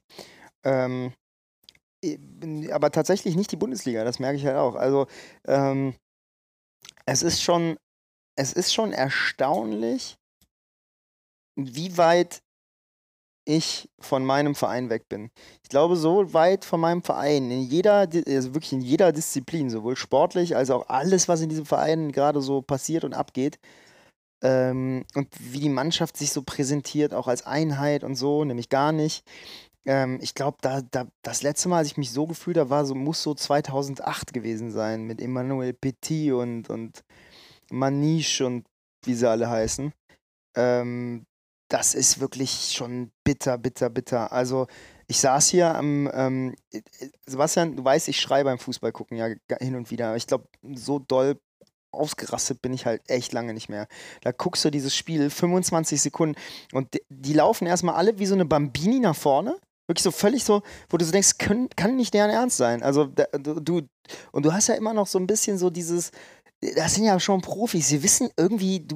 Aber tatsächlich nicht die Bundesliga, das merke ich halt auch. Also, es ist schon erstaunlich, wie weit ich von meinem Verein weg bin. Ich glaube, so weit von meinem Verein, wirklich in jeder Disziplin, sowohl sportlich als auch alles, was in diesem Verein gerade so passiert und abgeht, und wie die Mannschaft sich so präsentiert, auch als Einheit und so, nämlich gar nicht. Ich glaube, das letzte Mal, als ich mich so gefühlt habe, muss so 2008 gewesen sein, mit Emmanuel Petit und Maniche und wie sie alle heißen. Das ist wirklich schon bitter, bitter, bitter. Also ich saß hier am, Sebastian, du weißt, ich schreie beim Fußball gucken ja hin und wieder, aber ich glaube, so doll ausgerastet bin ich halt echt lange nicht mehr. Da guckst du dieses Spiel, 25 Sekunden und die laufen erstmal alle wie so eine Bambini nach vorne. Wirklich so völlig so, wo du so denkst, kann nicht deren Ernst sein. Also du hast ja immer noch so ein bisschen so dieses, das sind ja schon Profis, sie wissen irgendwie,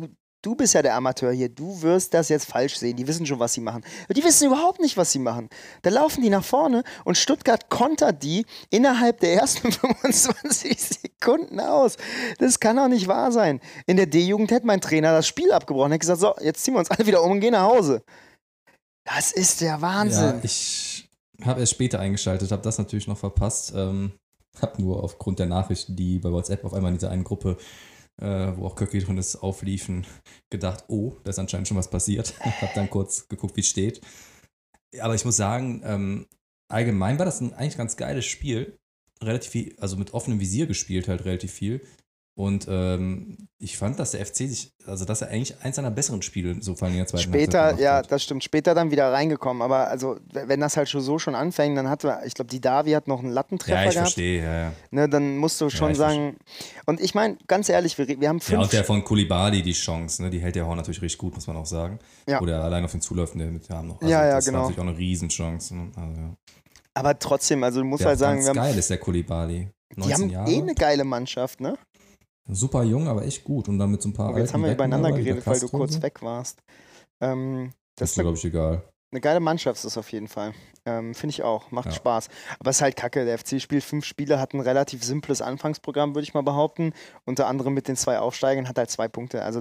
du bist ja der Amateur hier, du wirst das jetzt falsch sehen, die wissen schon, was sie machen. Die wissen überhaupt nicht, was sie machen. Da laufen die nach vorne und Stuttgart kontert die innerhalb der ersten 25 Sekunden aus. Das kann doch nicht wahr sein. In der D-Jugend hätte mein Trainer das Spiel abgebrochen, hätte gesagt, so, jetzt ziehen wir uns alle wieder um und gehen nach Hause. Das ist der Wahnsinn. Ja, ich habe erst später eingeschaltet, habe das natürlich noch verpasst. Habe nur aufgrund der Nachrichten, die bei WhatsApp auf einmal in dieser einen Gruppe, wo auch Köcki drin ist, aufliefen, gedacht, oh, da ist anscheinend schon was passiert. Habe dann kurz geguckt, wie es steht. Aber ich muss sagen, allgemein war das ein eigentlich ganz geiles Spiel. Relativ viel, also mit offenem Visier gespielt halt relativ viel. Und ich fand, dass der FC dass er eigentlich eins seiner besseren Spiele so vor allem in der zweiten Halbzeit Später, gemacht ja, hat. das stimmt, später dann wieder reingekommen. Aber also, wenn das halt schon anfängt, dann ich glaube, die Davi hat noch einen Lattentreffer Ja, ich gehabt. verstehe, ja. Ne, dann musst du schon ich sagen. Und ich meine, ganz ehrlich, wir haben Ja, 5. und der von Koulibaly, die Chance, ne, die hält der Horn natürlich richtig gut, muss man auch sagen. Ja. Oder allein auf den Zuläufen, wir haben noch. Ja, das genau. war natürlich auch eine Riesenchance. Ne? Also, ja. Aber trotzdem, also du musst Der halt auch sagen, ganz wir haben, geil ist der Koulibaly. 19 die haben Jahre. eine geile Mannschaft, ne? Super jung, aber echt gut. Und dann mit so ein paar Aber jetzt alten haben wir Recken übereinander dabei, wie der geredet, weil du Castro und kurz so. weg warst. Das Das ist ist glaube ich, egal. eine geile Mannschaft, ist das auf jeden Fall. Finde ich auch, macht Ja. Spaß. Aber es ist halt kacke, der FC spielt 5 Spiele, hat ein relativ simples Anfangsprogramm, würde ich mal behaupten. Unter anderem mit den 2 Aufsteigern, hat halt 2 Punkte. Also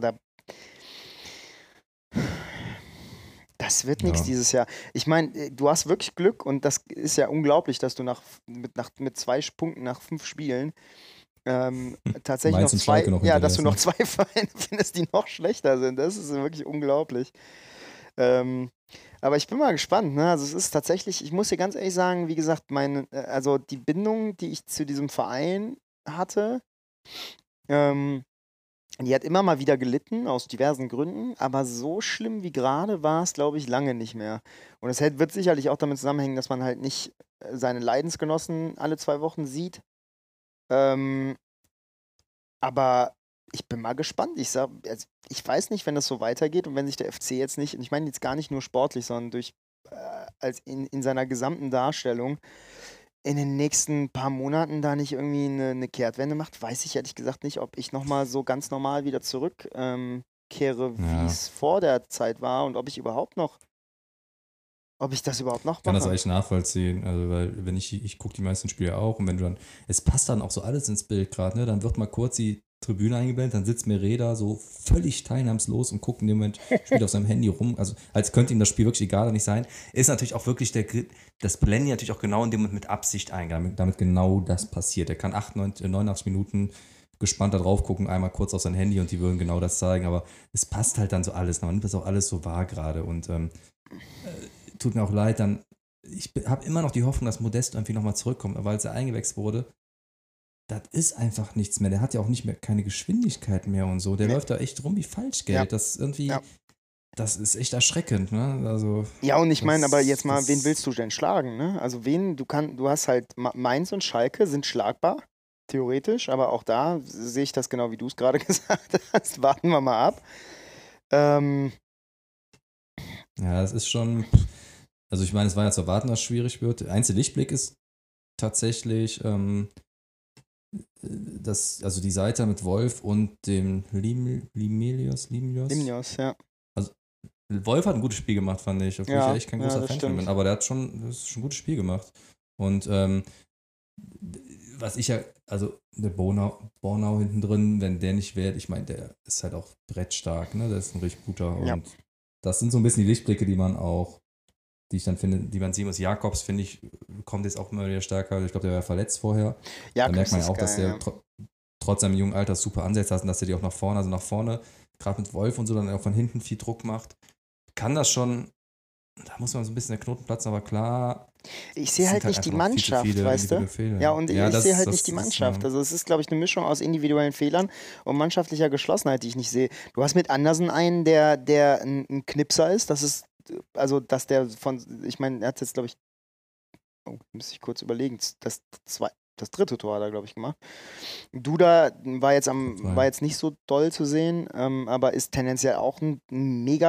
das wird nichts Ja. dieses Jahr. Ich meine, du hast wirklich Glück und das ist ja unglaublich, dass du mit 2 Punkten nach 5 Spielen tatsächlich Mainz noch und 2, Schalke noch ja, hinter dass dir du ist, noch 2 Vereine findest, die noch schlechter sind. Das ist wirklich unglaublich. Aber ich bin mal gespannt, ne? Also es ist tatsächlich, ich muss dir ganz ehrlich sagen, wie gesagt, also die Bindung, die ich zu diesem Verein hatte, ähm, die hat immer mal wieder gelitten, aus diversen Gründen, aber so schlimm wie gerade war es, glaube ich, lange nicht mehr. Und es wird sicherlich auch damit zusammenhängen, dass man halt nicht seine Leidensgenossen alle 2 Wochen sieht. Aber ich bin mal gespannt. Also ich weiß nicht, wenn das so weitergeht und wenn sich der FC jetzt nicht, und ich meine jetzt gar nicht nur sportlich, sondern in seiner gesamten Darstellung in den nächsten paar Monaten da nicht irgendwie eine Kehrtwende macht, weiß ich ehrlich gesagt nicht, ob ich nochmal so ganz normal wieder zurückkehre, wie Ja. es vor der Zeit war und ob ich das überhaupt noch Ich kann das mache. echt nachvollziehen. Also, weil, wenn ich gucke die meisten Spiele auch und wenn du dann, es passt dann auch so alles ins Bild gerade, ne? Dann wird mal kurz die Tribüne eingeblendet, dann sitzt Mereda so völlig teilnahmslos und guckt in dem Moment, spielt auf seinem Handy rum. Also, als könnte ihm das Spiel wirklich egal nicht sein. Ist natürlich auch wirklich das blenden die natürlich auch genau in dem Moment mit Absicht ein, damit genau das passiert. Er kann 89 Minuten gespannt da drauf gucken, einmal kurz auf sein Handy und die würden genau das zeigen, aber es passt halt dann so alles. Man nimmt das auch alles so wahr gerade und tut mir auch leid, ich habe immer noch die Hoffnung, dass Modest irgendwie nochmal zurückkommt, aber als er eingewechselt wurde, das ist einfach nichts mehr. Der hat ja auch nicht mehr keine Geschwindigkeit mehr und so. Der Nee. läuft da echt rum wie Falschgeld. Ja. Das irgendwie, Ja. das ist echt erschreckend, ne? Also, Ja, und ich meine, das- aber jetzt mal, das- wen willst du denn schlagen, ne? Also du hast halt Mainz und Schalke sind schlagbar, theoretisch, aber auch da sehe ich das genau, wie du es gerade gesagt hast. Warten wir mal ab. Ähm, ja, das ist schon, also ich meine, es war ja zu erwarten, dass es schwierig wird. Der einzige Lichtblick ist tatsächlich, also die Seite mit Wolf und dem Limelius. Limnios, ja. Wolf hat ein gutes Spiel gemacht, fand ich, obwohl ich Ja, ja echt kein ja, großer das Fan von ihm stimmt. bin. Aber das ist schon ein gutes Spiel gemacht. Und was ich ja, also der Bornau hinten drin, wenn der nicht wäre, ich meine, der ist halt auch brettstark, ne? Der ist ein richtig guter. Ja. Und das sind so ein bisschen die Lichtblicke, die ich dann finde, die man sehen muss. Jakobs, finde ich, kommt jetzt auch immer wieder stärker. Ich glaube, der war verletzt vorher. Ja, Da merkt man ja auch, geil, dass der ja. trotz seinem jungen Alter super Ansätze hat und dass er die auch nach vorne, gerade mit Wolf und so, dann auch von hinten viel Druck macht. Kann das schon, da muss man so ein bisschen der Knoten platzen, aber klar. Ich sehe es halt sind nicht die einfach noch viel zu Mannschaft, viele weißt du? individuelle Fehler. Ja, und ich sehe halt nicht die das Mannschaft. ist, Also es ist, glaube ich, eine Mischung aus individuellen Fehlern und mannschaftlicher Geschlossenheit, die ich nicht sehe. Du hast mit Andersen einen, der ein Knipser ist. Das ist, also, dass der ich meine, er hat jetzt, glaube ich, müsste ich kurz überlegen, das dritte Tor hat er, glaube ich, gemacht. Duda war jetzt nicht so doll zu sehen, aber ist tendenziell auch ein mega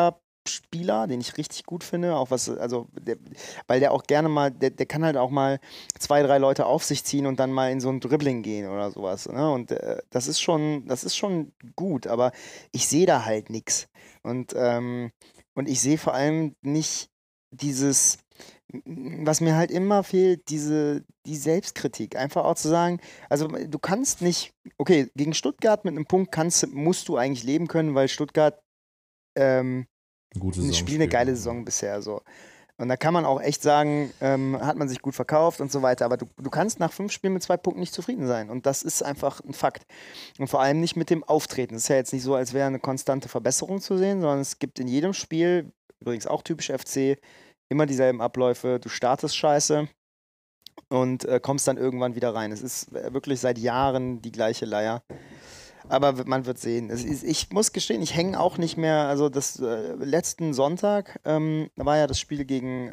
Spieler, den ich richtig gut finde, auch weil der auch gerne mal, der kann halt auch mal 2, 3 Leute auf sich ziehen und dann mal in so ein Dribbling gehen oder sowas. Ne? Und das ist schon gut, aber ich sehe da halt nichts. Und ich sehe vor allem nicht dieses, was mir halt immer fehlt, die Selbstkritik. Einfach auch zu sagen, also du kannst nicht, okay, gegen Stuttgart mit einem Punkt musst du eigentlich leben können, weil Stuttgart Gute Saison spielt eine geile Saison bisher so. Und da kann man auch echt sagen, hat man sich gut verkauft und so weiter. Aber du kannst nach 5 Spielen mit 2 Punkten nicht zufrieden sein. Und das ist einfach ein Fakt. Und vor allem nicht mit dem Auftreten. Es ist ja jetzt nicht so, als wäre eine konstante Verbesserung zu sehen, sondern es gibt in jedem Spiel, übrigens auch typisch FC, immer dieselben Abläufe. Du startest scheiße und kommst dann irgendwann wieder rein. Es ist wirklich seit Jahren die gleiche Leier. Aber man wird sehen. Ich muss gestehen, ich hänge auch nicht mehr. Also, das letzten Sonntag, da war ja das Spiel gegen.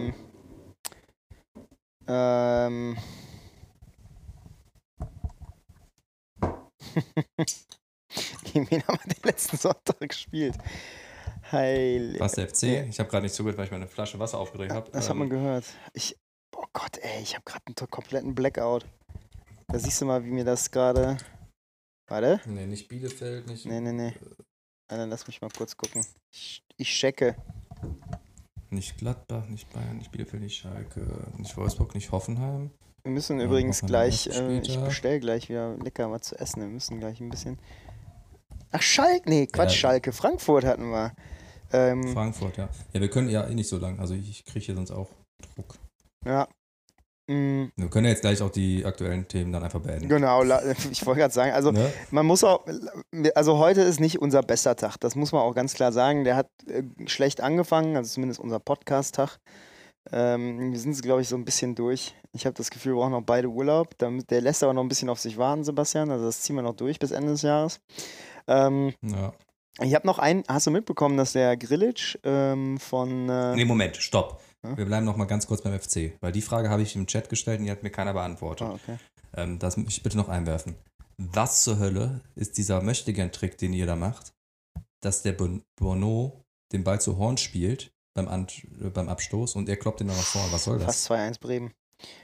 Gegen wen haben wir den letzten Sonntag gespielt? Heilig. Was, der FC? Ich habe gerade nicht zugehört, weil ich meine Flasche Wasser aufgedreht habe. Das hat man gehört. Oh Gott, ey, ich habe gerade einen kompletten Blackout. Da siehst du mal, wie mir das gerade. Warte. Nee, nicht Bielefeld, nicht. Nee. Dann lass mich mal kurz gucken. Ich checke. Nicht Gladbach, nicht Bayern, nicht Bielefeld, nicht Schalke, nicht Wolfsburg, nicht Hoffenheim. Wir müssen übrigens gleich, ich Spieltag. bestelle gleich wieder lecker was zu essen. Wir müssen gleich ein bisschen. Ach, Schalke, nee, Quatsch, Ja. Schalke. Frankfurt hatten wir. Frankfurt, ja. Ja, wir können ja eh nicht so lang. Also ich kriege hier sonst auch Druck. Ja. Wir können ja jetzt gleich auch die aktuellen Themen dann einfach beenden. Genau, ich wollte gerade sagen, also Ne? man muss auch, also heute ist nicht unser bester Tag, das muss man auch ganz klar sagen. Der hat schlecht angefangen, also zumindest unser Podcast-Tag. Wir sind, glaube ich, so ein bisschen durch. Ich habe das Gefühl, wir brauchen noch beide Urlaub. Der lässt aber noch ein bisschen auf sich warten, Sebastian. Also das ziehen wir noch durch bis Ende des Jahres. Ja. Ich habe noch hast du mitbekommen, dass der Grillitsch von... Nee, Moment, stopp. Ja? Wir bleiben noch mal ganz kurz beim FC, weil die Frage habe ich im Chat gestellt und die hat mir keiner beantwortet. Okay. Das möchte ich bitte noch einwerfen. Was zur Hölle ist dieser Möchtegern-Trick, den ihr da macht, dass der Bono den Ball zu Horn spielt beim Abstoß und er kloppt den dann nach vorne? Was soll das? Fast 2-1 Bremen.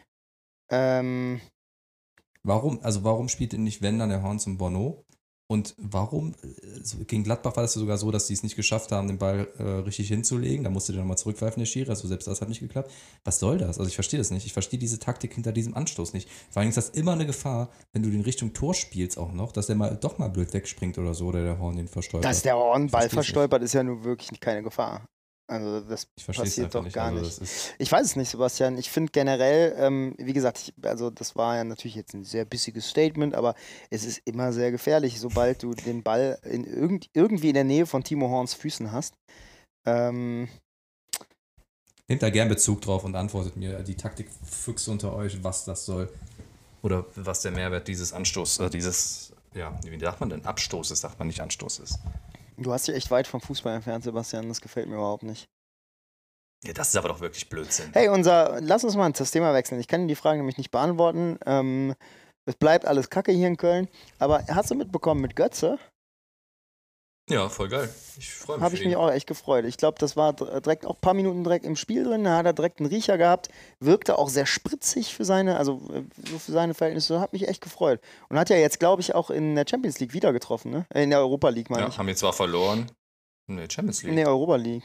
Warum spielt denn nicht, wenn dann der Horn zum Bono? Und warum, gegen Gladbach war das sogar so, dass sie es nicht geschafft haben, den Ball richtig hinzulegen. Da musste der nochmal zurückpfeifen, der Schiri. Also selbst das hat nicht geklappt. Was soll das? Also ich verstehe das nicht. Ich verstehe diese Taktik hinter diesem Anstoß nicht. Vor allem ist das immer eine Gefahr, wenn du den Richtung Tor spielst auch noch, dass der doch mal blöd wegspringt oder so, oder der Horn den verstolpert. Dass der Horn Ball versteh's verstolpert, ist ja nun wirklich keine Gefahr. Also das Ich verstehe es passiert einfach doch nicht. gar Also nicht. das ist, Ich weiß es nicht, Sebastian. Ich finde generell, wie gesagt, also das war ja natürlich jetzt ein sehr bissiges Statement, aber es ist immer sehr gefährlich, sobald du den Ball irgendwie in der Nähe von Timo Horns Füßen hast. nehmt da gern Bezug drauf und antwortet mir, die Taktikfüchse unter euch, was das soll. Oder was der Mehrwert dieses Anstoß, wie sagt man denn? Abstoßes, sagt man nicht Anstoßes. Du hast dich echt weit vom Fußball entfernt, Sebastian. Das gefällt mir überhaupt nicht. Ja, das ist aber doch wirklich Blödsinn. Hey, lass uns mal das Thema wechseln. Ich kann die Frage nämlich nicht beantworten. Es bleibt alles Kacke hier in Köln. Aber hast du mitbekommen mit Götze? Ja, voll geil. Ich freue mich. Habe ich mich auch echt gefreut. Ich glaube, das war direkt auch ein paar Minuten direkt im Spiel drin. Da hat er direkt einen Riecher gehabt. Wirkte auch sehr spritzig für seine Verhältnisse. Hat mich echt gefreut. Und hat ja jetzt, glaube ich, auch in der Champions League wieder getroffen, ne? In der Europa League, meine Ja, ich. haben jetzt zwar verloren. In der Champions League. In der Europa League.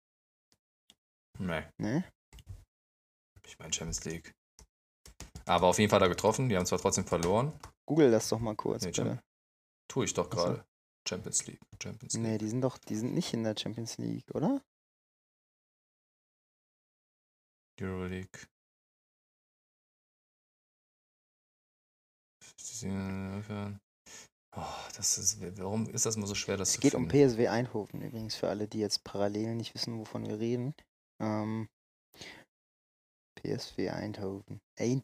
Nee, Ne? ich meine Champions League. Aber auf jeden Fall da getroffen. Die haben zwar trotzdem verloren. Google das doch mal kurz, Nee, bitte. Tue ich doch Ach so. gerade. Champions League. Nee, die sind nicht in der Champions League, oder? Euroleague. Warum ist das immer so schwer, das Es zu geht um finden? PSW Eindhoven übrigens, für alle, die jetzt parallel nicht wissen, wovon wir reden. PSW Eindhoven.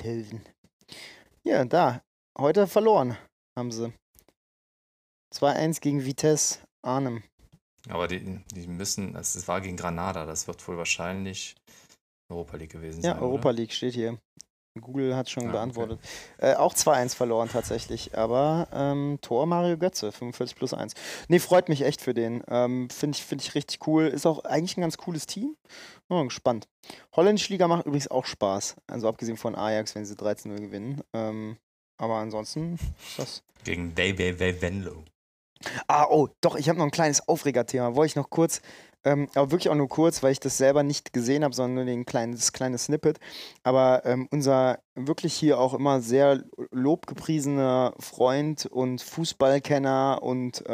Ja, da. Heute verloren haben sie. 2-1 gegen Vitesse Arnhem. Aber die müssen, es war gegen Granada, das wird wohl wahrscheinlich Europa League gewesen sein. Ja, Europa League steht hier. Google hat schon Ah, beantwortet. Auch 2-1 verloren tatsächlich, aber Tor Mario Götze, 45+1. Nee, freut mich echt für den. Find ich richtig cool. Ist auch eigentlich ein ganz cooles Team. Gespannt. Holländische Liga macht übrigens auch Spaß. Also abgesehen von Ajax, wenn sie 13-0 gewinnen. Aber ansonsten ist das. Gegen Venlo. Oh, doch, ich habe noch ein kleines Aufregerthema. Wollte ich noch kurz, aber wirklich auch nur kurz, weil ich das selber nicht gesehen habe, sondern nur das kleine Snippet. Aber unser wirklich hier auch immer sehr lobgepriesener Freund und Fußballkenner und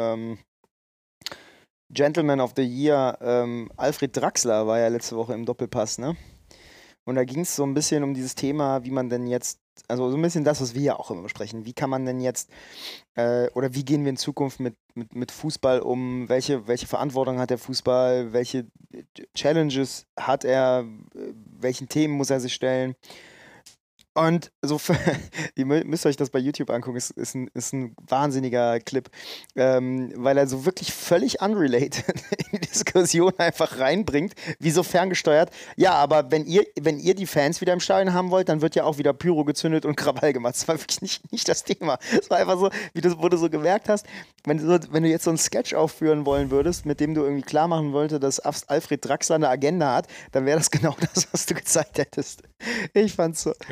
Gentleman of the Year, Alfred Draxler, war ja letzte Woche im Doppelpass, ne? Und da ging es so ein bisschen um dieses Thema, wie man denn jetzt, also so ein bisschen das, was wir ja auch immer besprechen, wie kann man denn jetzt, oder wie gehen wir in Zukunft mit Fußball um, welche Verantwortung hat der Fußball, welche Challenges hat er, welchen Themen muss er sich stellen. Und so, ihr müsst euch das bei YouTube angucken, ist ein wahnsinniger Clip, weil er so wirklich völlig unrelated in die Diskussion einfach reinbringt, wie so ferngesteuert. Ja, aber wenn ihr die Fans wieder im Stadion haben wollt, dann wird ja auch wieder Pyro gezündet und Krawall gemacht. Das war wirklich nicht das Thema. Es war einfach so, wo du so gemerkt hast, wenn du jetzt so einen Sketch aufführen wollen würdest, mit dem du irgendwie klar machen wolltest, dass Alfred Draxler eine Agenda hat, dann wäre das genau das, was du gezeigt hättest. Ich fand's so.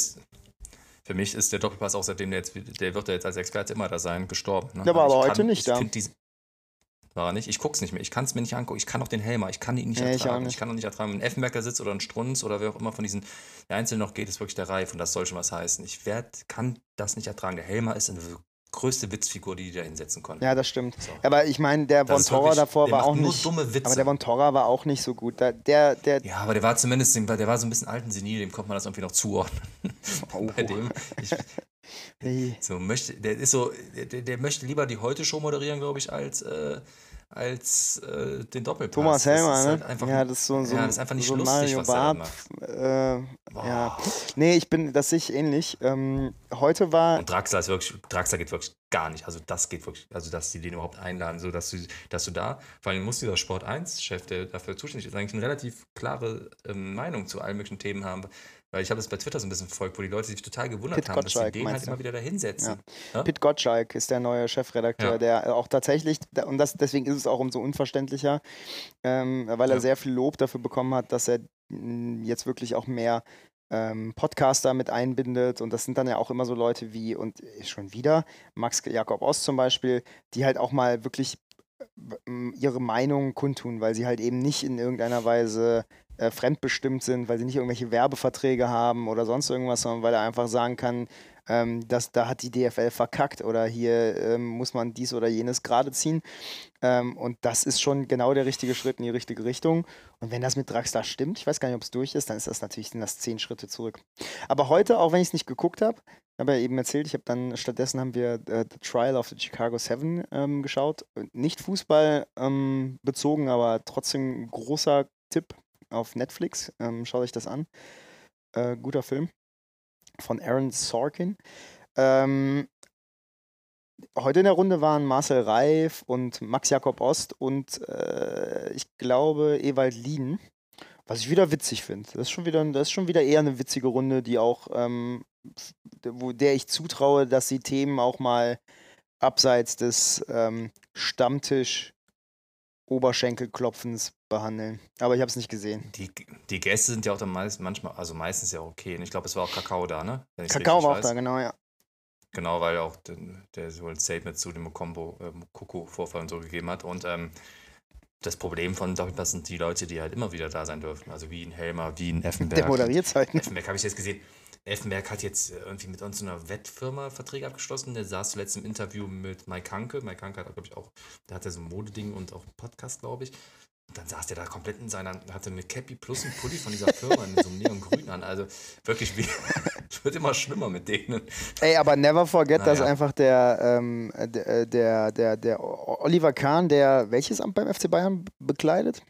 Für mich ist der Doppelpass auch seitdem der wird ja jetzt als Experte immer da sein, gestorben. Ne? Der war aber heute nicht da. War er nicht? Ich guck's nicht mehr. Ich kann es mir nicht angucken. Ich kann auch den Helmer. Ich kann ihn nicht ertragen. Ich kann auch nicht ertragen, wenn ein Effenberg da sitzt oder ein Strunz oder wer auch immer von diesen, der Einzelne noch geht, ist wirklich der Reif und das soll schon was heißen. Kann das nicht ertragen. Der Helmer ist eine größte Witzfigur, die da hinsetzen konnten. Ja, das stimmt. So. Aber ich meine, der Von Torra davor war auch nicht. Dumme Witze. Aber der Von Torra war auch nicht so gut. Ja, aber der war zumindest, der war so ein bisschen alten Senil, dem konnte man das irgendwie noch zuordnen. Bei dem. Der möchte lieber die Heute-Show moderieren, glaube ich, als den Doppelpass. Thomas Helmer, ne? Das ist einfach nicht so lustig, Mario was er da macht. Ja. Nee, das sehe ich ähnlich. Heute war. Und Draxler geht wirklich gar nicht. Also das geht wirklich, also dass die den überhaupt einladen, so dass du da, vor allem muss dieser Sport 1-Chef, der dafür zuständig ist, eigentlich eine relativ klare Meinung zu allen möglichen Themen haben. Weil ich habe das bei Twitter so ein bisschen verfolgt, wo die Leute sich total gewundert haben, dass sie den halt immer wieder da hinsetzen. Ja. Pit Gottschalk ist der neue Chefredakteur, der auch tatsächlich, und deswegen ist es auch umso unverständlicher, weil er sehr viel Lob dafür bekommen hat, dass er jetzt wirklich auch mehr Podcaster mit einbindet. Und das sind dann ja auch immer so Leute wie, und schon wieder, Max Jakob Ost zum Beispiel, die halt auch mal wirklich ihre Meinung kundtun, weil sie halt eben nicht in irgendeiner Weise fremdbestimmt sind, weil sie nicht irgendwelche Werbeverträge haben oder sonst irgendwas, sondern weil er einfach sagen kann, da hat die DFL verkackt oder hier muss man dies oder jenes gerade ziehen. Und das ist schon genau der richtige Schritt in die richtige Richtung. Und wenn das mit Draxler stimmt, ich weiß gar nicht, ob es durch ist, dann ist das natürlich 10 Schritte zurück. Aber heute, auch wenn ich es nicht geguckt habe, habe ja eben erzählt, stattdessen haben wir The Trial of the Chicago 7 geschaut. Nicht Fußball bezogen, aber trotzdem ein großer Tipp auf Netflix. Schaut euch das an. Guter Film von Aaron Sorkin. Heute in der Runde waren Marcel Reif und Max Jakob Ost und ich glaube Ewald Lien, was ich wieder witzig finde. Das ist schon wieder eher eine witzige Runde, die auch, der ich zutraue, dass sie Themen auch mal abseits des Stammtisch Oberschenkelklopfens behandeln. Aber ich habe es nicht gesehen. Die Gäste sind ja auch dann meistens ja okay. Und ich glaube, es war auch Kakao da, ne? Kakao war auch da, genau, ja. Genau, weil auch der so ein Statement zu dem Mokoko-Vorfall und so gegeben hat. Und das Problem von Doppelpass sind die Leute, die halt immer wieder da sein dürfen. Also wie ein Helmer, wie ein Effenberg. Der moderiert es halt. Effenberg habe ich jetzt gesehen. Effenberg hat jetzt irgendwie mit uns so einer Wettfirma Verträge abgeschlossen. Der saß zuletzt im Interview mit Mike Hanke. Mike Hanke hat, glaube ich, auch, der hat ja so ein Modeding und auch einen Podcast, glaube ich. Und dann saß der da komplett hatte eine Cappy plus einen Pulli von dieser Firma in so einem Neongrün an. Also wirklich, es wird immer schlimmer mit denen. Ey, aber never forget, dass einfach der Oliver Kahn, der welches Amt beim FC Bayern bekleidet?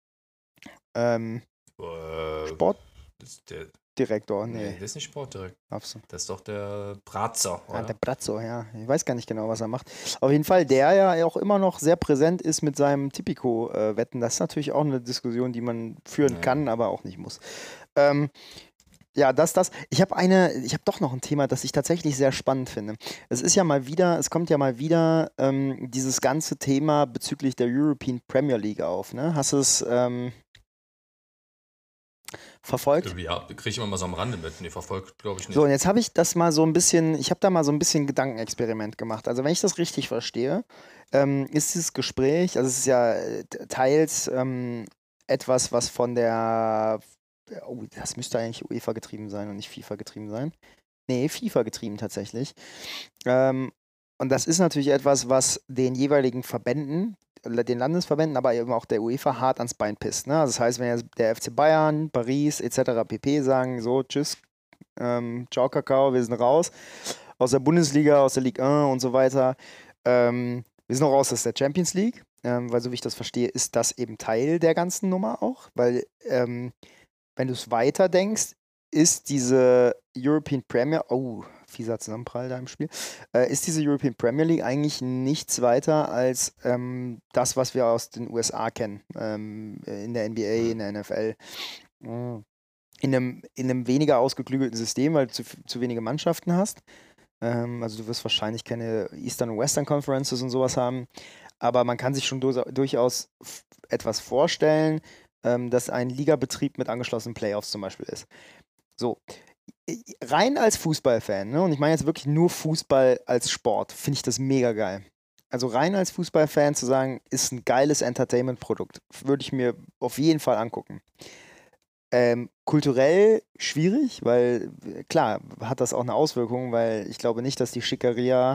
Sportdirektor, nee. Das ist nicht Sportdirektor. Absolut. Das ist doch der Brazzo, oder? Ja, der Brazzo, ja. Ich weiß gar nicht genau, was er macht. Auf jeden Fall, der ja auch immer noch sehr präsent ist mit seinem Tipico-Wetten. Das ist natürlich auch eine Diskussion, die man führen kann, aber auch nicht muss. Ja, das. Ich habe doch noch ein Thema, das ich tatsächlich sehr spannend finde. Es kommt ja mal wieder dieses ganze Thema bezüglich der European Premier League auf, ne? Hast du es verfolgt? Ja, kriege ich immer mal so am Rande mit. Nee, verfolgt, glaube ich So, und nicht. jetzt ich habe da mal so ein bisschen Gedankenexperiment gemacht. Also, wenn ich das richtig verstehe, ist dieses Gespräch, also es ist ja teils etwas, was von oh, das müsste eigentlich UEFA getrieben sein und nicht FIFA getrieben sein. Nee, FIFA getrieben tatsächlich. Ähm, und das ist natürlich etwas, was den jeweiligen Verbänden, den Landesverbänden, aber eben auch der UEFA hart ans Bein pisst. Ne? Also das heißt, wenn jetzt der FC Bayern, Paris etc. pp. Sagen, so, tschüss, ciao Kakao, wir sind raus aus der Bundesliga, aus der Ligue 1 und so weiter. Wir sind auch raus aus der Champions League, weil so wie ich das verstehe, ist das eben Teil der ganzen Nummer auch, weil wenn du es weiter denkst, ist diese European Premier, oh, fieser Zusammenprall da im Spiel, ist diese European Premier League eigentlich nichts weiter als das, was wir aus den USA kennen, in der NBA, in der NFL. Mm. In einem weniger ausgeklügelten System, weil du zu wenige Mannschaften hast. Also du wirst wahrscheinlich keine Eastern und Western Conferences und sowas haben, aber man kann sich schon durchaus etwas vorstellen, dass ein Ligabetrieb mit angeschlossenen Playoffs zum Beispiel ist. So, rein als Fußballfan, ne? Und ich meine jetzt wirklich nur Fußball als Sport, finde ich das mega geil. Also rein als Fußballfan zu sagen, ist ein geiles Entertainment-Produkt, würde ich mir auf jeden Fall angucken. Kulturell schwierig, weil klar hat das auch eine Auswirkung, weil ich glaube nicht, dass die Schickeria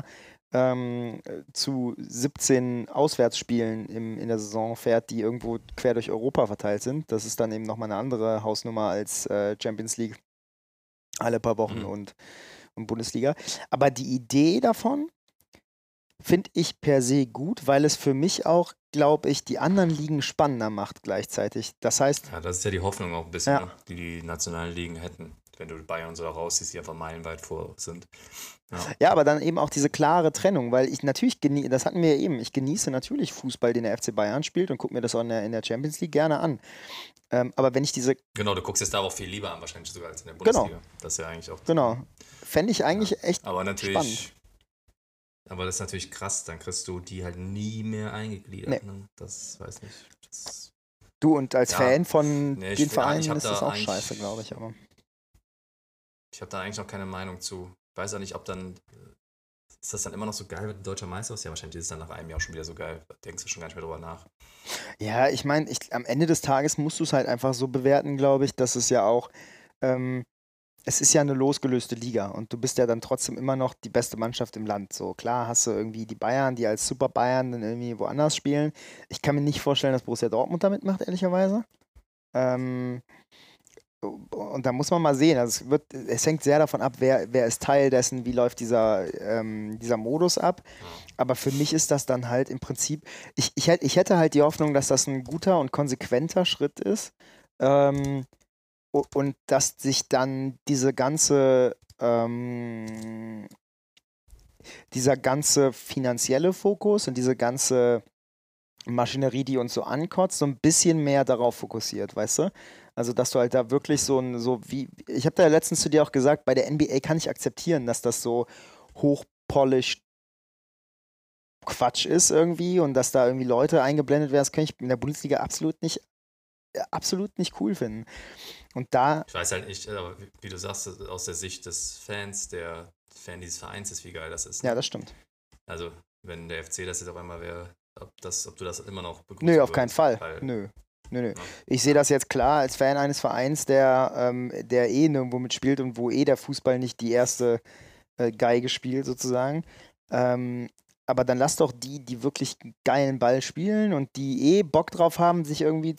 zu 17 Auswärtsspielen in der Saison fährt, die irgendwo quer durch Europa verteilt sind. Das ist dann eben nochmal eine andere Hausnummer als Champions League alle paar Wochen Mhm. und Bundesliga. Aber die Idee davon finde ich per se gut, weil es für mich auch, glaube ich, die anderen Ligen spannender macht gleichzeitig. Das heißt, Ja, das ist ja die Hoffnung auch ein bisschen, ja, ne, die die nationalen Ligen hätten. Wenn du Bayern so da rausziehst, die einfach meilenweit vor sind. Ja. ja, aber dann eben auch diese klare Trennung, weil ich natürlich das hatten wir ja eben, ich genieße natürlich Fußball, den der FC Bayern spielt und gucke mir das auch in der Champions League gerne an. Aber wenn ich Genau, du guckst jetzt da auch viel lieber an, wahrscheinlich sogar als in der genau, Bundesliga. Das ist ja eigentlich auch. genau, fände ich Ja. eigentlich echt Aber spannend. natürlich. Aber das ist natürlich krass, dann kriegst du die halt nie mehr eingegliedert. Nee. Ne? Das weiß nicht. Das, Du und als ja, Fan von nee, den ich Vereinen hab ist das da auch eigentlich- scheiße, glaube ich. Aber Ich habe da eigentlich noch keine Meinung zu. Ich weiß auch nicht, ob dann. Ist das dann immer noch so geil, wenn du deutscher Meister ist? Ja, wahrscheinlich ist es dann nach einem Jahr schon wieder so geil. Da denkst du schon gar nicht mehr drüber nach. ja, ich meine, am Ende des Tages musst du es halt einfach so bewerten, glaube ich, dass es ja auch, es ist ja eine losgelöste Liga und du bist ja dann trotzdem immer noch die beste Mannschaft im Land. So, klar hast du irgendwie die Bayern, die als Super Bayern dann irgendwie woanders spielen. Ich kann mir nicht vorstellen, dass Borussia Dortmund damit macht, ehrlicherweise. Ähm, und da muss man mal sehen. Also es hängt sehr davon ab, wer ist Teil dessen, wie läuft dieser Modus ab. Ja. Aber für mich ist das dann halt im Prinzip, ich hätte halt die Hoffnung, dass das ein guter und konsequenter Schritt ist. Und dass sich dann dieser ganze finanzielle Fokus und diese ganze Maschinerie, die uns so ankotzt, so ein bisschen mehr darauf fokussiert, weißt du? Also, dass du halt da wirklich ich habe da ja letztens zu dir auch gesagt, bei der NBA kann ich akzeptieren, dass das so hochpolished Quatsch ist irgendwie und dass da irgendwie Leute eingeblendet werden, das kann ich in der Bundesliga absolut nicht cool finden. Und da, Ich weiß halt nicht, aber wie du sagst, aus der Sicht des Fans, der Fan dieses Vereins ist, wie geil das ist. Ne? ja, das stimmt. Also, wenn der FC das jetzt auf einmal wäre, ob du das immer noch begrüßen Nö, auf keinen würdest, Fall. weil- Nö. Ja. Ich sehe das jetzt klar als Fan eines Vereins, der nirgendwo mitspielt und wo der Fußball nicht die erste Geige spielt, sozusagen. Aber dann lass doch die wirklich geilen Ball spielen und die Bock drauf haben, sich irgendwie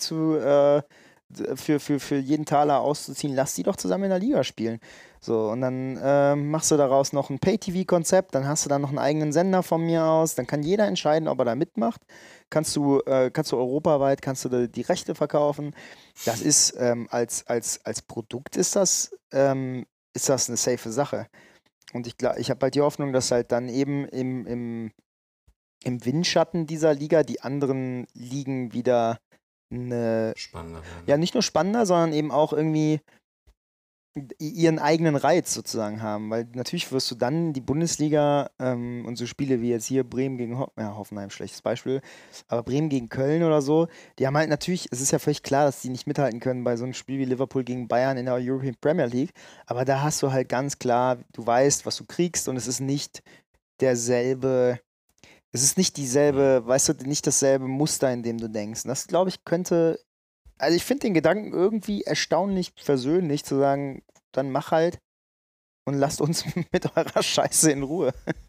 für jeden Taler auszuziehen, lass die doch zusammen in der Liga spielen. So, und dann machst du daraus noch ein Pay-TV-Konzept, dann hast du dann noch einen eigenen Sender von mir aus, dann kann jeder entscheiden, ob er da mitmacht. Kannst du europaweit, kannst du die Rechte verkaufen. Das ist, als Produkt ist das eine safe Sache. Und ich habe halt die Hoffnung, dass halt dann eben im Windschatten dieser Liga die anderen Ligen wieder Spannender werden. ja, nicht nur spannender, sondern eben auch irgendwie ihren eigenen Reiz sozusagen haben, weil natürlich wirst du dann die Bundesliga und so Spiele wie jetzt hier Bremen gegen Hoffenheim, schlechtes Beispiel, aber Bremen gegen Köln oder so, die haben halt natürlich, es ist ja völlig klar, dass die nicht mithalten können bei so einem Spiel wie Liverpool gegen Bayern in der European Premier League, aber da hast du halt ganz klar, du weißt, was du kriegst und es ist nicht derselbe, es ist nicht dieselbe, weißt du, nicht dasselbe Muster, in dem du denkst. Und das, glaube ich, könnte. Also ich finde den Gedanken irgendwie erstaunlich versöhnlich zu sagen, dann mach halt und lasst uns mit eurer Scheiße in Ruhe.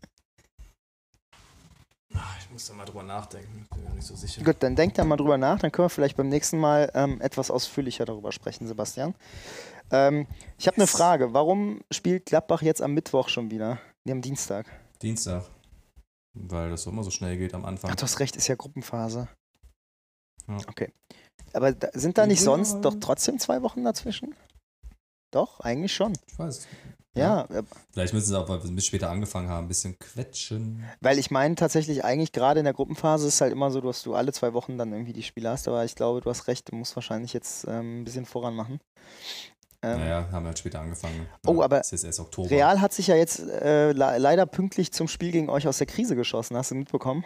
Ich muss da mal drüber nachdenken, bin mir nicht so sicher. Gut, dann denkt da mal drüber nach, dann können wir vielleicht beim nächsten Mal etwas ausführlicher darüber sprechen, Sebastian. Ich habe eine Frage, warum spielt Gladbach jetzt am Mittwoch schon wieder? Nee, am Dienstag. Dienstag. Weil das so immer so schnell geht am Anfang. Ach, du hast recht, ist ja Gruppenphase. Ja. Okay. Aber sind da nicht Ja. sonst doch trotzdem 2 Wochen dazwischen? Doch, eigentlich schon. Ich weiß. Ja, Vielleicht müssen sie auch, weil wir ein bisschen später angefangen haben, ein bisschen quetschen. weil ich meine tatsächlich eigentlich gerade in der Gruppenphase ist es halt immer so, dass du alle 2 Wochen dann irgendwie die Spiele hast, aber ich glaube, du hast recht, du musst wahrscheinlich jetzt ein bisschen voran machen. Naja, haben wir halt später angefangen. Oh, aber es ist erst Oktober. Real hat sich ja jetzt leider pünktlich zum Spiel gegen euch aus der Krise geschossen, hast du mitbekommen?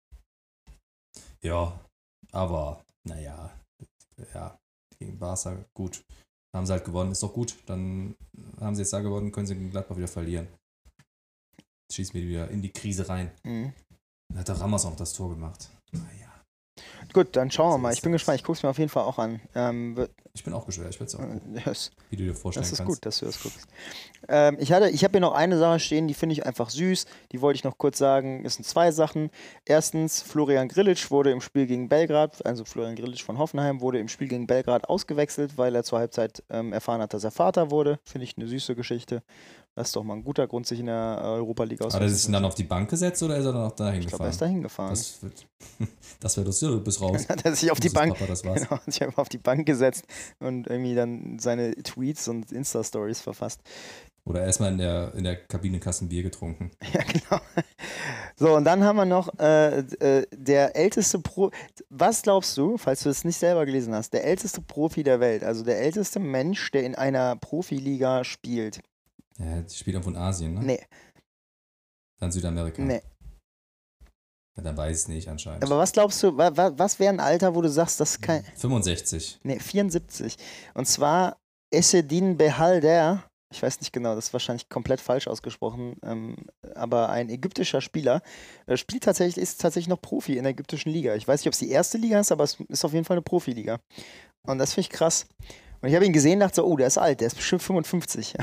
Ja, aber naja, ja, gegen Barca, gut. Haben sie halt gewonnen, ist doch gut. Dann haben sie jetzt da gewonnen, können sie gegen Gladbach wieder verlieren. Schießen wir wieder in die Krise rein. Mhm. Dann hat der Ramos auch noch das Tor gemacht. Naja. Gut, dann schauen wir So mal. ist Ich bin das. gespannt. Ich gucke es mir auf jeden Fall auch an. Ich bin auch gespannt, ich werde es auch gucken, Das wie du dir vorstellen ist kannst. gut, dass du das guckst. Ich habe hier noch eine Sache stehen, die finde ich einfach süß. Die wollte ich noch kurz sagen. Es sind 2 Sachen. Erstens, Florian Grillitsch wurde im Spiel gegen Belgrad, also Florian Grillitsch von Hoffenheim, wurde im Spiel gegen Belgrad ausgewechselt, weil er zur Halbzeit erfahren hat, dass er Vater wurde. Finde ich eine süße Geschichte. Das ist doch mal ein guter Grund, sich in der Europa League Hat er sich dann auf die Bank gesetzt oder ist er dann auch dahin Ich glaube, er gefahren? ist dahin gefahren. Das wäre lustig, du bist raus. Dann hat er sich auf die Wusstest, Bank, Papa, das war's. genau, hat sich einfach auf die Bank gesetzt und irgendwie dann seine Tweets und Insta-Stories verfasst. Oder erstmal in der Kabinenkasse ein Bier getrunken. Ja, genau. So, und dann haben wir noch der älteste Was glaubst du, falls du es nicht selber gelesen hast, der älteste Profi der Welt, also der älteste Mensch, der in einer Profiliga spielt? Ja, die spielt irgendwo in Asien, ne? Nee, Dann Südamerika. nee. Ja, dann weiß ich es nicht anscheinend. Aber was glaubst du, was wäre ein Alter, wo du sagst, das ist kein. 65. Nee, 74. Und zwar Essedin Behalder. Ich weiß nicht genau, das ist wahrscheinlich komplett falsch ausgesprochen, aber ein ägyptischer Spieler ist tatsächlich noch Profi in der ägyptischen Liga. Ich weiß nicht, ob es die erste Liga ist, aber es ist auf jeden Fall eine Profiliga. Und das finde ich krass. Und ich habe ihn gesehen und dachte so, oh, der ist alt, der ist bestimmt 55.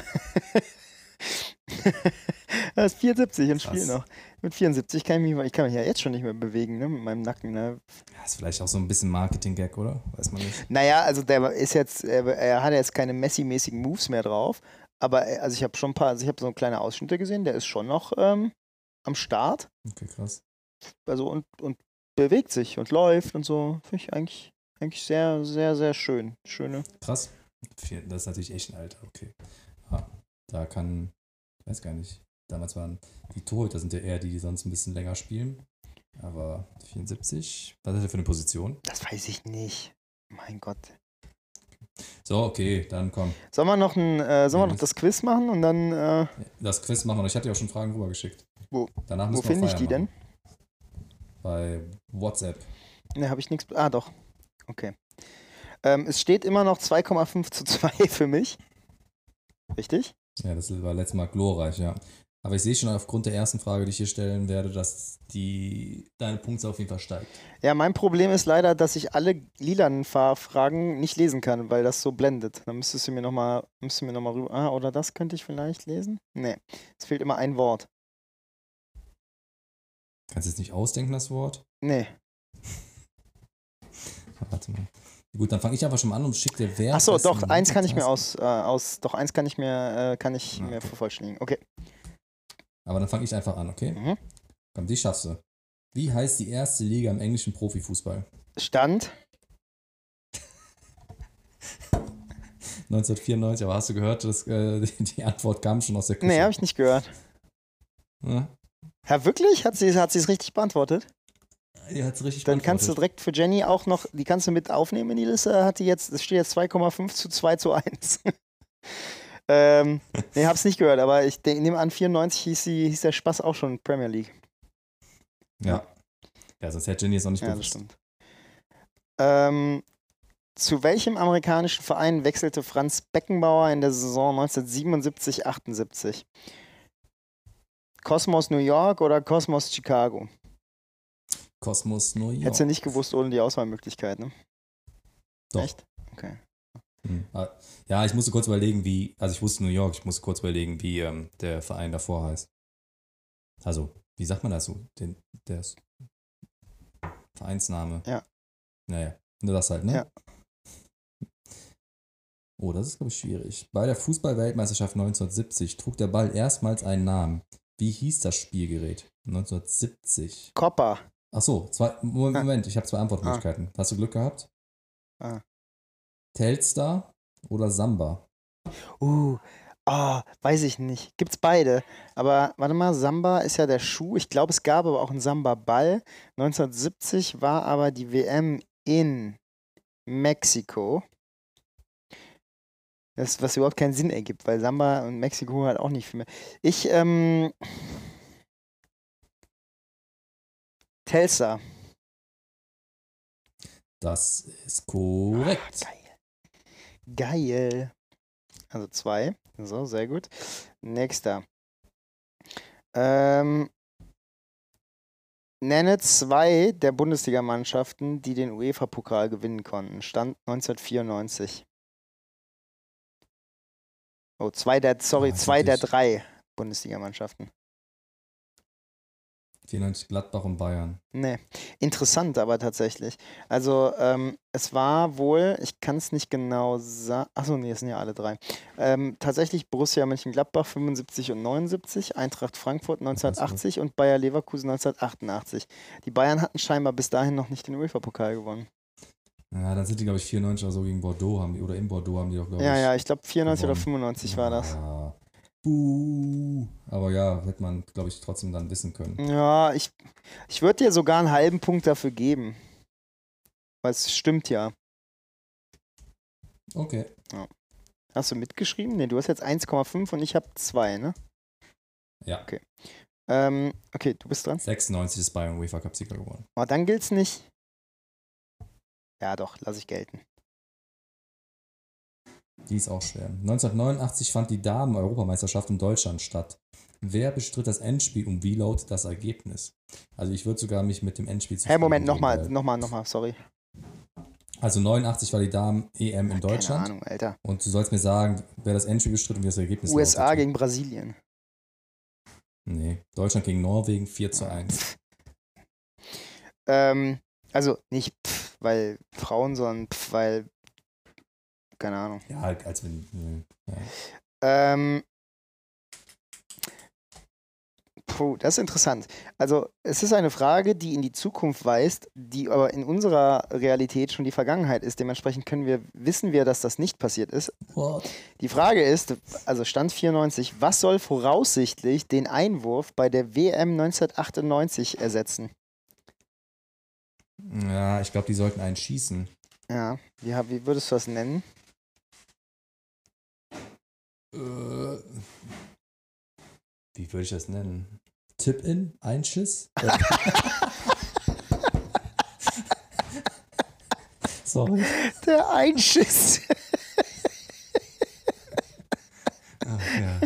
Er ist 74 und spielt noch. Mit 74 kann ich mich ja jetzt schon nicht mehr bewegen, ne, mit meinem Nacken. Ne? Ja, ist vielleicht auch so ein bisschen Marketing-Gag, oder? Weiß man nicht. Naja, also der ist jetzt, er hat jetzt keine Messi-mäßigen Moves mehr drauf, aber also ich habe schon ich habe so kleine Ausschnitte gesehen, der ist schon noch am Start. Okay, krass. Also und bewegt sich und läuft und so. Finde ich eigentlich sehr, sehr, sehr schön. Schöne. Krass. Das ist natürlich echt ein Alter, okay. Ja, da kann, ich weiß gar nicht, damals waren die Torhüter sind ja eher die sonst ein bisschen länger spielen. Aber 74, was ist das für eine Position? Das weiß ich nicht. Mein Gott. So, okay, dann komm. Sollen wir noch das Quiz machen und dann. Das Quiz machen wir. Ich hatte ja auch schon Fragen rübergeschickt. Wo Danach finde ich die denn? Bei WhatsApp. Ne, habe ich nichts. Ah, doch. Okay. Es steht immer noch 2,5:2 für mich. Richtig? Ja, das war letztes Mal glorreich, ja. Aber ich sehe schon aufgrund der ersten Frage, die ich hier stellen werde, dass deine Punktzahl auf jeden Fall steigt. Ja, mein Problem ist leider, dass ich alle lilanen Fragen nicht lesen kann, weil das so blendet. Dann müsstest du mir nochmal rüber. Ah, oder das könnte ich vielleicht lesen? Nee. Es fehlt immer ein Wort. Kannst du jetzt nicht ausdenken, das Wort? Nee. Warte mal. Gut, dann fange ich einfach schon mal an und schicke dir wer. Achso, doch, eins kann ich mir mir vervollständigen. Okay. Aber dann fange ich einfach an, okay? Mhm. Komm, die schaffst du. Wie heißt die erste Liga im englischen Profifußball? Stand. 1994, aber hast du gehört, dass die Antwort kam schon aus der Küche? Nee, habe ich nicht gehört. Ja? Ja, wirklich? Hat sie es richtig beantwortet? Die hat es richtig Dann kannst du direkt für Jenny auch noch, die kannst du mit aufnehmen in die Liste. Es steht jetzt 2,5:2:1. Nee, hab's nicht gehört, aber ich nehme an, 94 hieß der Spaß auch schon Premier League. Ja. Ja, sonst hätte Ginny jetzt noch nicht Ja, das gewusst. stimmt. Zu welchem amerikanischen Verein wechselte Franz Beckenbauer in der Saison 1977-78? Cosmos New York oder Cosmos Chicago? Kosmos New York. Hättest du nicht gewusst ohne die Auswahlmöglichkeit, ne? Doch. Echt? Okay. Ja, ich musste kurz überlegen, also ich wusste New York, ich musste kurz überlegen, wie der Verein davor heißt. Also, wie sagt man das so? Der Vereinsname. Ja. Naja, nur das halt, ne? Ja. Oh, das ist, glaube ich, schwierig. Bei der Fußball-Weltmeisterschaft 1970 trug der Ball erstmals einen Namen. Wie hieß das Spielgerät? 1970. Copper. Achso, Moment, ich habe 2 Antwortmöglichkeiten. Hast du Glück gehabt? Ah. Telstar oder Samba? Weiß ich nicht. Gibt's beide. Aber warte mal, Samba ist ja der Schuh. Ich glaube, es gab aber auch einen Samba-Ball. 1970 war aber die WM in Mexiko. Das, was überhaupt keinen Sinn ergibt, weil Samba und Mexiko halt auch nicht viel mehr. Telstar. Das ist korrekt. Geil. Also 2. So, sehr gut. Nächster. Nenne 2 der Bundesligamannschaften, die den UEFA-Pokal gewinnen konnten. Stand 1994. Oh, 2 der 3 Bundesligamannschaften. 94 Gladbach und Bayern. Nee, interessant aber tatsächlich. Also, es war wohl, ich kann es nicht genau sagen. Achso, nee, es sind ja alle 3. Tatsächlich Borussia Mönchengladbach 75 und 79, Eintracht Frankfurt 1980 und Bayer Leverkusen 1988. Die Bayern hatten scheinbar bis dahin noch nicht den UEFA-Pokal gewonnen. Ja, dann sind die, glaube ich, 94 oder so gegen Bordeaux oder in Bordeaux haben die doch, glaube ich. Ja, ich glaube 94 gewonnen. oder 95 war das. Ja. Aber ja, hätte man, glaube ich, trotzdem dann wissen können. Ja, ich würde dir sogar einen halben Punkt dafür geben. Weil es stimmt ja. Okay. Ja. Hast du mitgeschrieben? Nee, du hast jetzt 1,5 und ich habe 2, ne? Ja. Okay. Okay, du bist dran. 96 ist Bayern UEFA Cup-Sieger geworden. Oh, dann gilt's nicht. Ja, doch, lass ich gelten. Die ist auch schwer. 1989 fand die Damen-Europameisterschaft in Deutschland statt. Wer bestritt das Endspiel und wie lautet das Ergebnis? Also ich würde sogar mich mit dem Endspiel zufrieden Moment, geben, nochmal, sorry. Also 89 war die Damen-EM in Deutschland. Keine Ahnung, Alter. Und du sollst mir sagen, wer das Endspiel bestritt und wie das Ergebnis USA lautete. gegen Brasilien. Nee, Deutschland gegen Norwegen 4:1. Also nicht weil Frauen, sondern weil keine Ahnung. Ja, als wenn. Ja. Das ist interessant. Also, es ist eine Frage, die in die Zukunft weist, die aber in unserer Realität schon die Vergangenheit ist. Dementsprechend wissen wir, dass das nicht passiert ist. What? Die Frage ist, also Stand 94, was soll voraussichtlich den Einwurf bei der WM 1998 ersetzen? Ja, ich glaube, die sollten einen schießen. Ja, wie würdest du das nennen? Wie würde ich das nennen? Tip-In? Einschiss? Sorry. Der Einschiss. Ach, ja.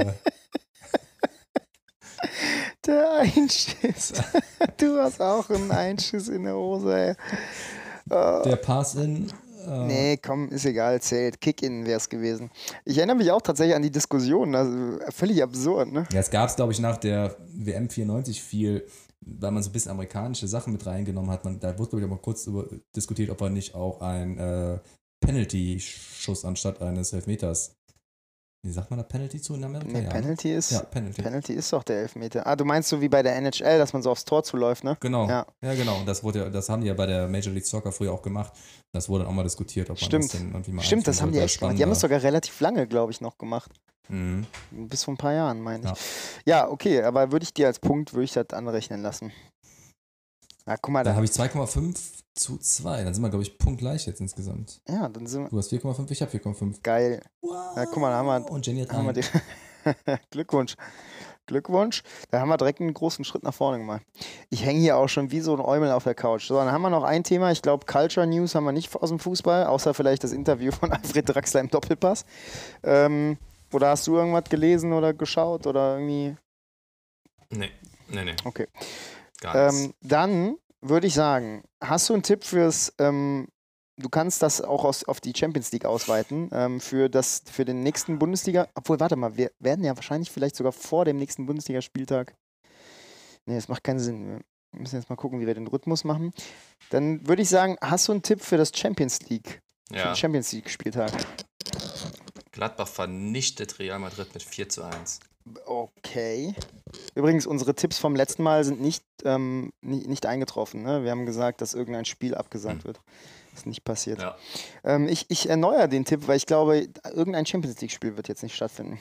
Der Einschiss. Du hast auch einen Einschiss in der Hose, ey. Der Pass-In. Nee, komm, ist egal, zählt. Kick-In wäre es gewesen. Ich erinnere mich auch tatsächlich an die Diskussion, also völlig absurd, ne? Ja, es gab es, glaube ich, nach der WM 94 viel, weil man so ein bisschen amerikanische Sachen mit reingenommen hat. Da wurde, glaube ich, auch mal kurz diskutiert, ob er nicht auch ein Penalty-Schuss anstatt eines Elfmeters. Wie sagt man da Penalty zu in Amerika? Nee, ja, Penalty ist. Ja, Penalty Ist doch der Elfmeter. Ah, du meinst so wie bei der NHL, dass man so aufs Tor zuläuft, ne? Genau. Ja, Genau. Und das haben die ja bei der Major League Soccer früher auch gemacht. Das wurde dann auch mal diskutiert, ob man Stimmt. das denn irgendwie mal Stimmt, das haben die sollte, echt gemacht. Die haben das sogar relativ lange, glaube ich, noch gemacht. Mhm. Bis vor ein paar Jahren, meine ich. Ja. Ja, okay, aber würde ich dir als Punkt, das anrechnen lassen. Na, guck mal, Dann habe ich 2,5:2. Dann sind wir, glaube ich, punktgleich jetzt insgesamt. ja, dann sind wir. Du hast 4,5, ich habe 4,5. Geil. Wow. Ja, guck mal, da haben wir. Und Jenny hat Haben wir einen. Glückwunsch. Glückwunsch. Da haben wir direkt einen großen Schritt nach vorne gemacht. Ich hänge hier auch schon wie so ein Eumel auf der Couch. So, dann haben wir noch ein Thema. Ich glaube, Culture News haben wir nicht aus dem Fußball, außer vielleicht das Interview von Alfred Draxler im Doppelpass. Oder hast du irgendwas gelesen oder geschaut oder irgendwie? Nee. Okay. Gar nichts. Dann würde ich sagen, hast du einen Tipp fürs, du kannst das auch auf die Champions League ausweiten, für den nächsten Bundesliga, obwohl, warte mal, wir werden ja wahrscheinlich vielleicht sogar vor dem nächsten Bundesligaspieltag, nee, das macht keinen Sinn, wir müssen jetzt mal gucken, wie wir den Rhythmus machen. Dann würde ich sagen, hast du einen Tipp für das Champions League, für Ja. den Champions League Spieltag? Gladbach vernichtet Real Madrid mit 4:1. Okay. Übrigens, unsere Tipps vom letzten Mal sind nicht eingetroffen. Ne? Wir haben gesagt, dass irgendein Spiel abgesagt wird. Das ist nicht passiert. Ja. Ich erneuere den Tipp, weil ich glaube, irgendein Champions League-Spiel wird jetzt nicht stattfinden.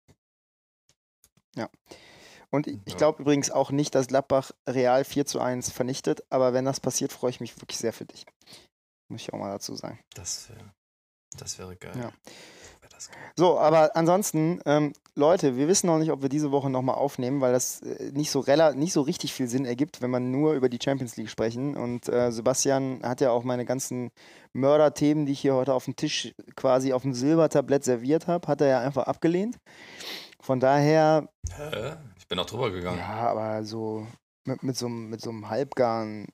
Ja. Und ich glaube übrigens auch nicht, dass Gladbach Real 4:1 vernichtet, aber wenn das passiert, freue ich mich wirklich sehr für dich. Muss ich auch mal dazu sagen. Das wäre geil. Ja. Wäre das geil. So, aber ansonsten, Leute, wir wissen noch nicht, ob wir diese Woche nochmal aufnehmen, weil das nicht so richtig viel Sinn ergibt, wenn man nur über die Champions League sprechen. Und Sebastian hat ja auch meine ganzen Mörderthemen, die ich hier heute auf dem Tisch quasi auf dem Silbertablett serviert habe, hat er ja einfach abgelehnt. Von daher, Hä? Ich bin auch drüber gegangen. ja, aber so mit so einem Halbgarn,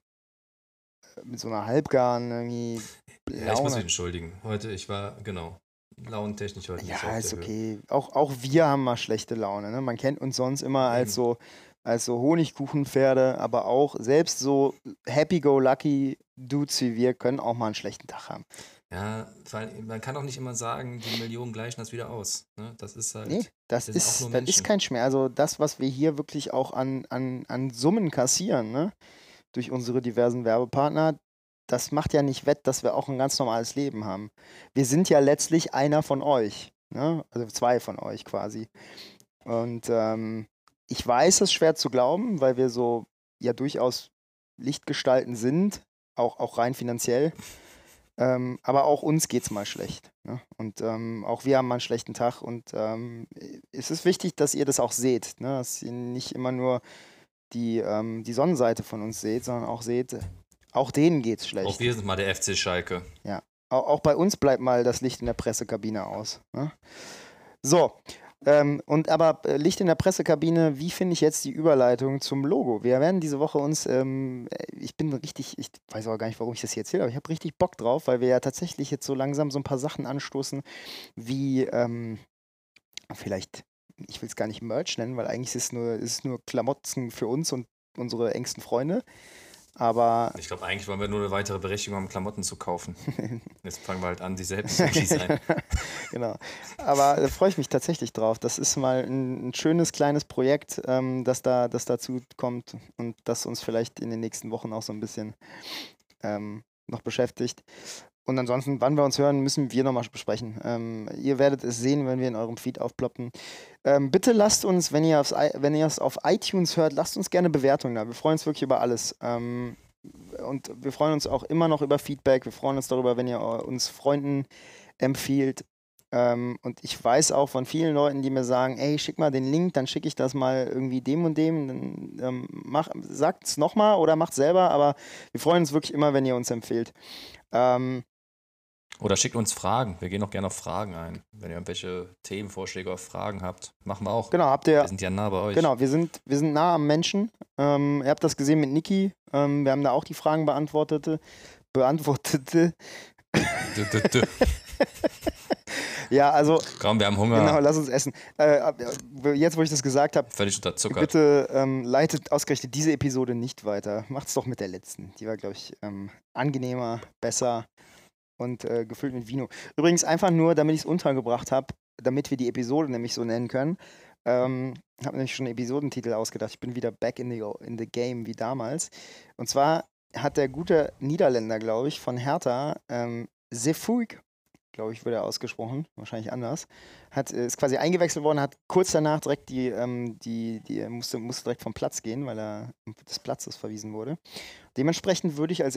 mit so einer Halbgarn irgendwie Ja, ich muss mich Laune. entschuldigen. Heute, ich war, genau, launentechnisch heute nicht so Ja, auf ist der Höhe. okay. Auch wir haben mal schlechte Laune. Ne? Man kennt uns sonst immer als so Honigkuchenpferde, aber auch selbst so happy-go-lucky Dudes wie wir können auch mal einen schlechten Tag haben. Ja, weil man kann auch nicht immer sagen, die Millionen gleichen das wieder aus. Ne? Das ist halt. Nee, das wir sind auch ist, nur das ist Menschen. kein Schmäh. Also das, was wir hier wirklich auch an Summen kassieren, ne? Durch unsere diversen Werbepartner, das macht ja nicht wett, dass wir auch ein ganz normales Leben haben. Wir sind ja letztlich einer von euch. Ne? Also zwei von euch quasi. Und ich weiß, es ist schwer zu glauben, weil wir so ja durchaus Lichtgestalten sind, auch rein finanziell. Aber auch uns geht's mal schlecht. Ne? Und auch wir haben mal einen schlechten Tag. Und es ist wichtig, dass ihr das auch seht. Ne? Dass ihr nicht immer nur die Sonnenseite von uns seht, sondern auch seht, auch denen geht's schlecht. Auch wir sind mal der FC Schalke. Ja. Auch bei uns bleibt mal das Licht in der Pressekabine aus. Ne? So. Aber Licht in der Pressekabine, wie finde ich jetzt die Überleitung zum Logo? Wir werden diese Woche uns, ich weiß auch gar nicht, warum ich das hier erzähle, aber ich habe richtig Bock drauf, weil wir ja tatsächlich jetzt so langsam so ein paar Sachen anstoßen, wie vielleicht, ich will es gar nicht Merch nennen, weil eigentlich ist es nur Klamotten für uns und unsere engsten Freunde. Aber Ich glaube, eigentlich wollen wir nur eine weitere Berechtigung haben, Klamotten zu kaufen. Jetzt fangen wir halt an, die selbst zu designen. genau. Aber da freue ich mich tatsächlich drauf. Das ist mal ein schönes kleines Projekt, das dazu kommt und das uns vielleicht in den nächsten Wochen auch so ein bisschen noch beschäftigt. Und ansonsten, wann wir uns hören, müssen wir nochmal besprechen. Ihr werdet es sehen, wenn wir in eurem Feed aufploppen. Bitte lasst uns, wenn ihr es auf iTunes hört, lasst uns gerne Bewertungen da. Wir freuen uns wirklich über alles. Und wir freuen uns auch immer noch über Feedback. Wir freuen uns darüber, wenn ihr uns Freunden empfiehlt. Und ich weiß auch von vielen Leuten, die mir sagen, ey, schick mal den Link, dann schicke ich das mal irgendwie dem und dem. Dann sagt es nochmal oder macht selber, aber wir freuen uns wirklich immer, wenn ihr uns empfiehlt. Oder schickt uns Fragen. Wir gehen auch gerne auf Fragen ein. Wenn ihr irgendwelche Themenvorschläge oder Fragen habt, machen wir auch. Genau, Wir sind ja nah bei euch. Genau, wir sind nah am Menschen. Ihr habt das gesehen mit Niki. Wir haben da auch die Fragen beantwortete. Ja, also. Komm, wir haben Hunger. Genau, lass uns essen. Jetzt, wo ich das gesagt habe, Völlig unterzuckert. bitte leitet ausgerechnet diese Episode nicht weiter. Macht's doch mit der letzten. Die war, glaube ich, angenehmer, besser und gefüllt mit Vino. Übrigens einfach nur, damit ich es untergebracht habe, damit wir die Episode nämlich so nennen können. Habe nämlich schon einen Episodentitel ausgedacht. Ich bin wieder back in the game wie damals. Und zwar hat der gute Niederländer, glaube ich, von Hertha, Zefuig glaube ich, wird er ausgesprochen, wahrscheinlich anders. Ist quasi eingewechselt worden, hat kurz danach direkt musste direkt vom Platz gehen, weil er des Platzes verwiesen wurde. Dementsprechend würde ich als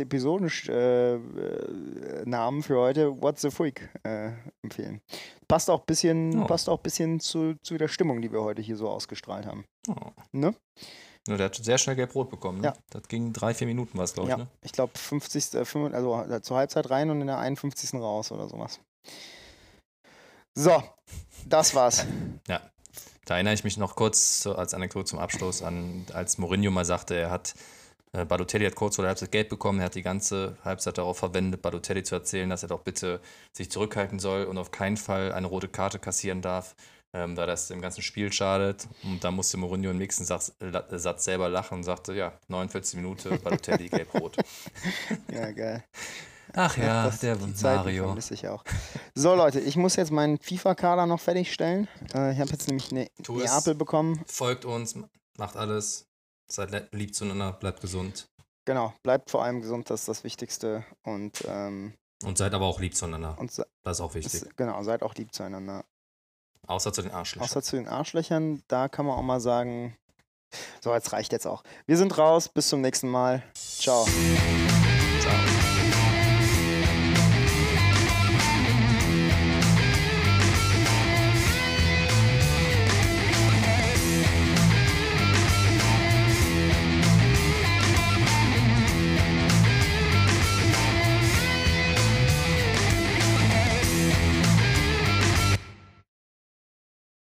Namen für heute What the Freak empfehlen. Passt auch ein bisschen zu der Stimmung, die wir heute hier so ausgestrahlt haben. Oh. Ne? Nur der hat sehr schnell gelb-rot bekommen. Ne? Ja. Das ging 3-4 Minuten, war es, glaube ich. Ne? Ich glaube, also zur Halbzeit rein und in der 51. raus oder sowas. So, das war's. Ja, da erinnere ich mich noch kurz als Anekdote zum Abschluss an, als Mourinho mal sagte, Balotelli hat kurz vor der Halbzeit Geld bekommen, er hat die ganze Halbzeit darauf verwendet, Balotelli zu erzählen, dass er doch bitte sich zurückhalten soll und auf keinen Fall eine rote Karte kassieren darf, da das dem ganzen Spiel schadet. Und da musste Mourinho im nächsten Satz selber lachen und sagte, ja, 49 Minuten, Balotelli gelb-rot. Ja, geil. Ach ja, der Mario. Vermisse ich auch. So, Leute, ich muss jetzt meinen FIFA-Kader noch fertigstellen. Ich habe jetzt nämlich Neapel bekommen. Folgt uns, macht alles. Seid lieb zueinander, bleibt gesund. Genau, bleibt vor allem gesund, das ist das Wichtigste. Und seid aber auch lieb zueinander. Das ist auch wichtig. Genau, seid auch lieb zueinander. Außer zu den Arschlöchern. Außer zu den Arschlöchern, da kann man auch mal sagen, so, jetzt reicht jetzt auch. Wir sind raus, bis zum nächsten Mal. Ciao. Ciao.